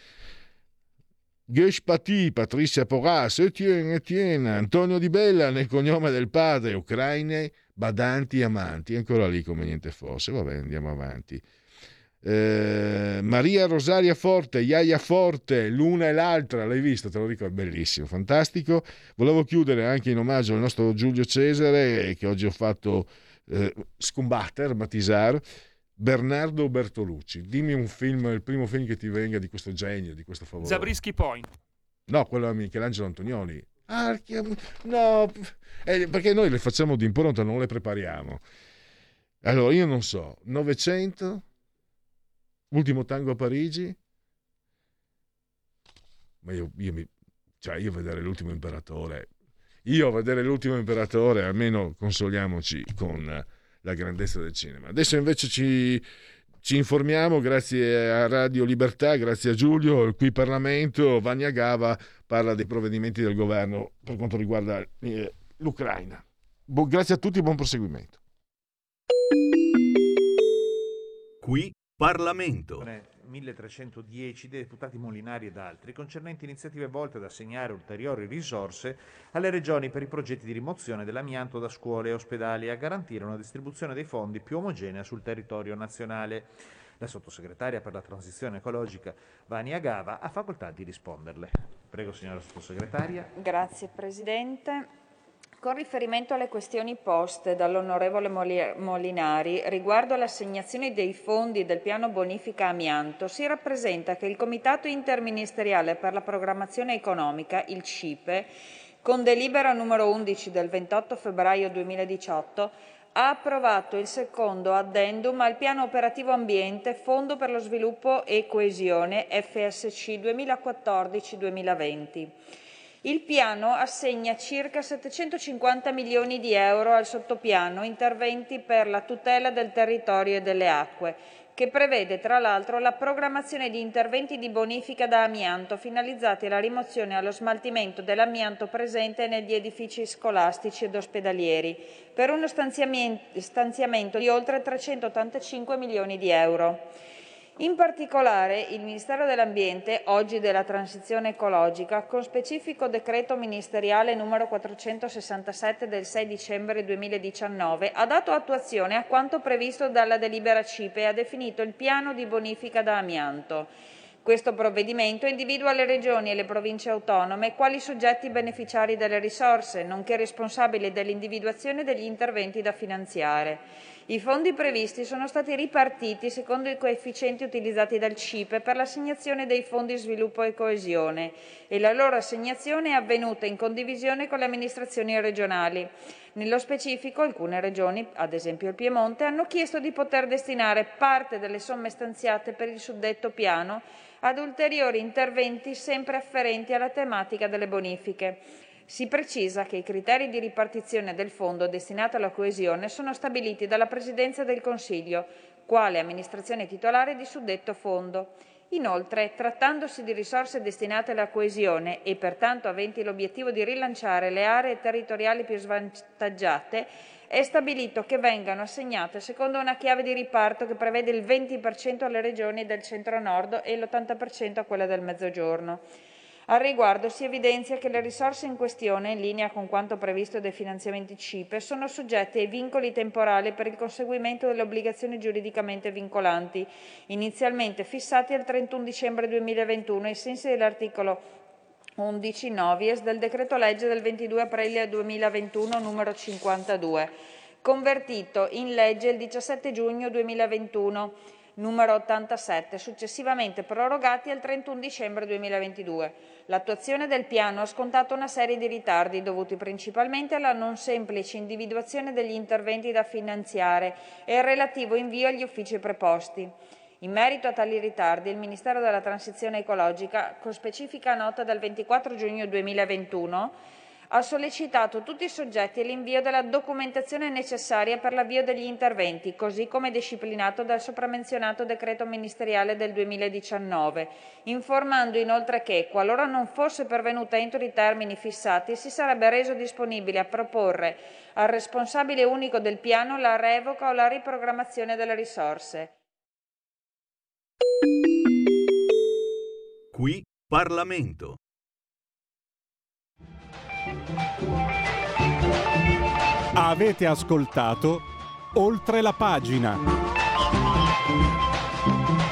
Gesh Pati, Patricia Porras, Etienne, Etienne, Antonio Di Bella nel cognome del padre, ucraine, badanti, amanti, ancora lì come niente fosse. Vabbè, andiamo avanti. Eh, Maria Rosaria Forte, Iaia Forte, l'una e l'altra, l'hai visto? Te lo ricordo, bellissimo, fantastico. Volevo chiudere anche in omaggio al nostro Giulio Cesare, che oggi ho fatto eh, scombattere, Matisar. Bernardo Bertolucci, dimmi un film, il primo film che ti venga di questo genio, di questo favore. Zabriskie Point. No, quello è Michelangelo Antonioni. Ah, no, eh, perché noi le facciamo di impronta, non le prepariamo. Allora, io non so, Novecento, Ultimo tango a Parigi, ma io, io mi, cioè io vedere l'ultimo imperatore, io vedere l'ultimo imperatore, almeno consoliamoci con la grandezza del cinema. Adesso invece ci, ci informiamo grazie a Radio Libertà, grazie a Giulio, qui Parlamento. Vania Gava parla dei provvedimenti del governo per quanto riguarda eh, l'Ucraina. Bu- grazie a tutti e buon proseguimento. Qui Parlamento. milletrecentodieci dei deputati Molinari ed altri, concernenti iniziative volte ad assegnare ulteriori risorse alle regioni per i progetti di rimozione dell'amianto da scuole e ospedali e a garantire una distribuzione dei fondi più omogenea sul territorio nazionale. La sottosegretaria per la transizione ecologica Vania Gava ha facoltà di risponderle. Prego, signora sottosegretaria. Grazie Presidente. Con riferimento alle questioni poste dall'onorevole Molinari riguardo all'assegnazione dei fondi del piano bonifica amianto, si rappresenta che il Comitato Interministeriale per la Programmazione Economica, il C I P E, con delibera numero undici del ventotto febbraio duemiladiciotto, ha approvato il secondo addendum al piano operativo ambiente Fondo per lo sviluppo e coesione F S C duemilaquattordici duemilaventi. Il piano assegna circa settecentocinquanta milioni di euro al sottopiano interventi per la tutela del territorio e delle acque, che prevede tra l'altro la programmazione di interventi di bonifica da amianto finalizzati alla rimozione e allo smaltimento dell'amianto presente negli edifici scolastici ed ospedalieri, per uno stanziamento di oltre trecentottantacinque milioni di euro. In particolare, il Ministero dell'Ambiente, oggi della Transizione Ecologica, con specifico decreto ministeriale numero quattrocentosessantasette del sei dicembre duemiladiciannove, ha dato attuazione a quanto previsto dalla delibera C I P E e ha definito il piano di bonifica da amianto. Questo provvedimento individua le regioni e le province autonome quali soggetti beneficiari delle risorse, nonché responsabili dell'individuazione degli interventi da finanziare. I fondi previsti sono stati ripartiti secondo i coefficienti utilizzati dal C I P E per l'assegnazione dei fondi sviluppo e coesione e la loro assegnazione è avvenuta in condivisione con le amministrazioni regionali. Nello specifico, alcune regioni, ad esempio il Piemonte, hanno chiesto di poter destinare parte delle somme stanziate per il suddetto piano ad ulteriori interventi sempre afferenti alla tematica delle bonifiche. Si precisa che i criteri di ripartizione del fondo destinato alla coesione sono stabiliti dalla Presidenza del Consiglio, quale amministrazione titolare di suddetto fondo. Inoltre, trattandosi di risorse destinate alla coesione e pertanto aventi l'obiettivo di rilanciare le aree territoriali più svantaggiate, è stabilito che vengano assegnate secondo una chiave di riparto che prevede il venti per cento alle regioni del centro-nord e l'ottanta per cento a quelle del mezzogiorno. Al riguardo si evidenzia che le risorse in questione, in linea con quanto previsto dai finanziamenti C I P E, sono soggette ai vincoli temporali per il conseguimento delle obbligazioni giuridicamente vincolanti, inizialmente fissati al trentuno dicembre duemilaventuno ai sensi dell'articolo undici novies del decreto legge del ventidue aprile duemilaventuno numero cinquantadue, convertito in legge il diciassette giugno duemilaventuno numero ottantasette, successivamente prorogati al trentuno dicembre duemilaventidue. L'attuazione del piano ha scontato una serie di ritardi dovuti principalmente alla non semplice individuazione degli interventi da finanziare e al relativo invio agli uffici preposti. In merito a tali ritardi, il Ministero della Transizione Ecologica, con specifica nota del ventiquattro giugno duemilaventuno, ha sollecitato tutti i soggetti all'invio della documentazione necessaria per l'avvio degli interventi, così come disciplinato dal sopramenzionato decreto ministeriale del duemiladiciannove, informando inoltre che, qualora non fosse pervenuta entro i termini fissati, si sarebbe reso disponibile a proporre al responsabile unico del piano la revoca o la riprogrammazione delle risorse. Qui Parlamento. Avete ascoltato Oltre la pagina. Thank you.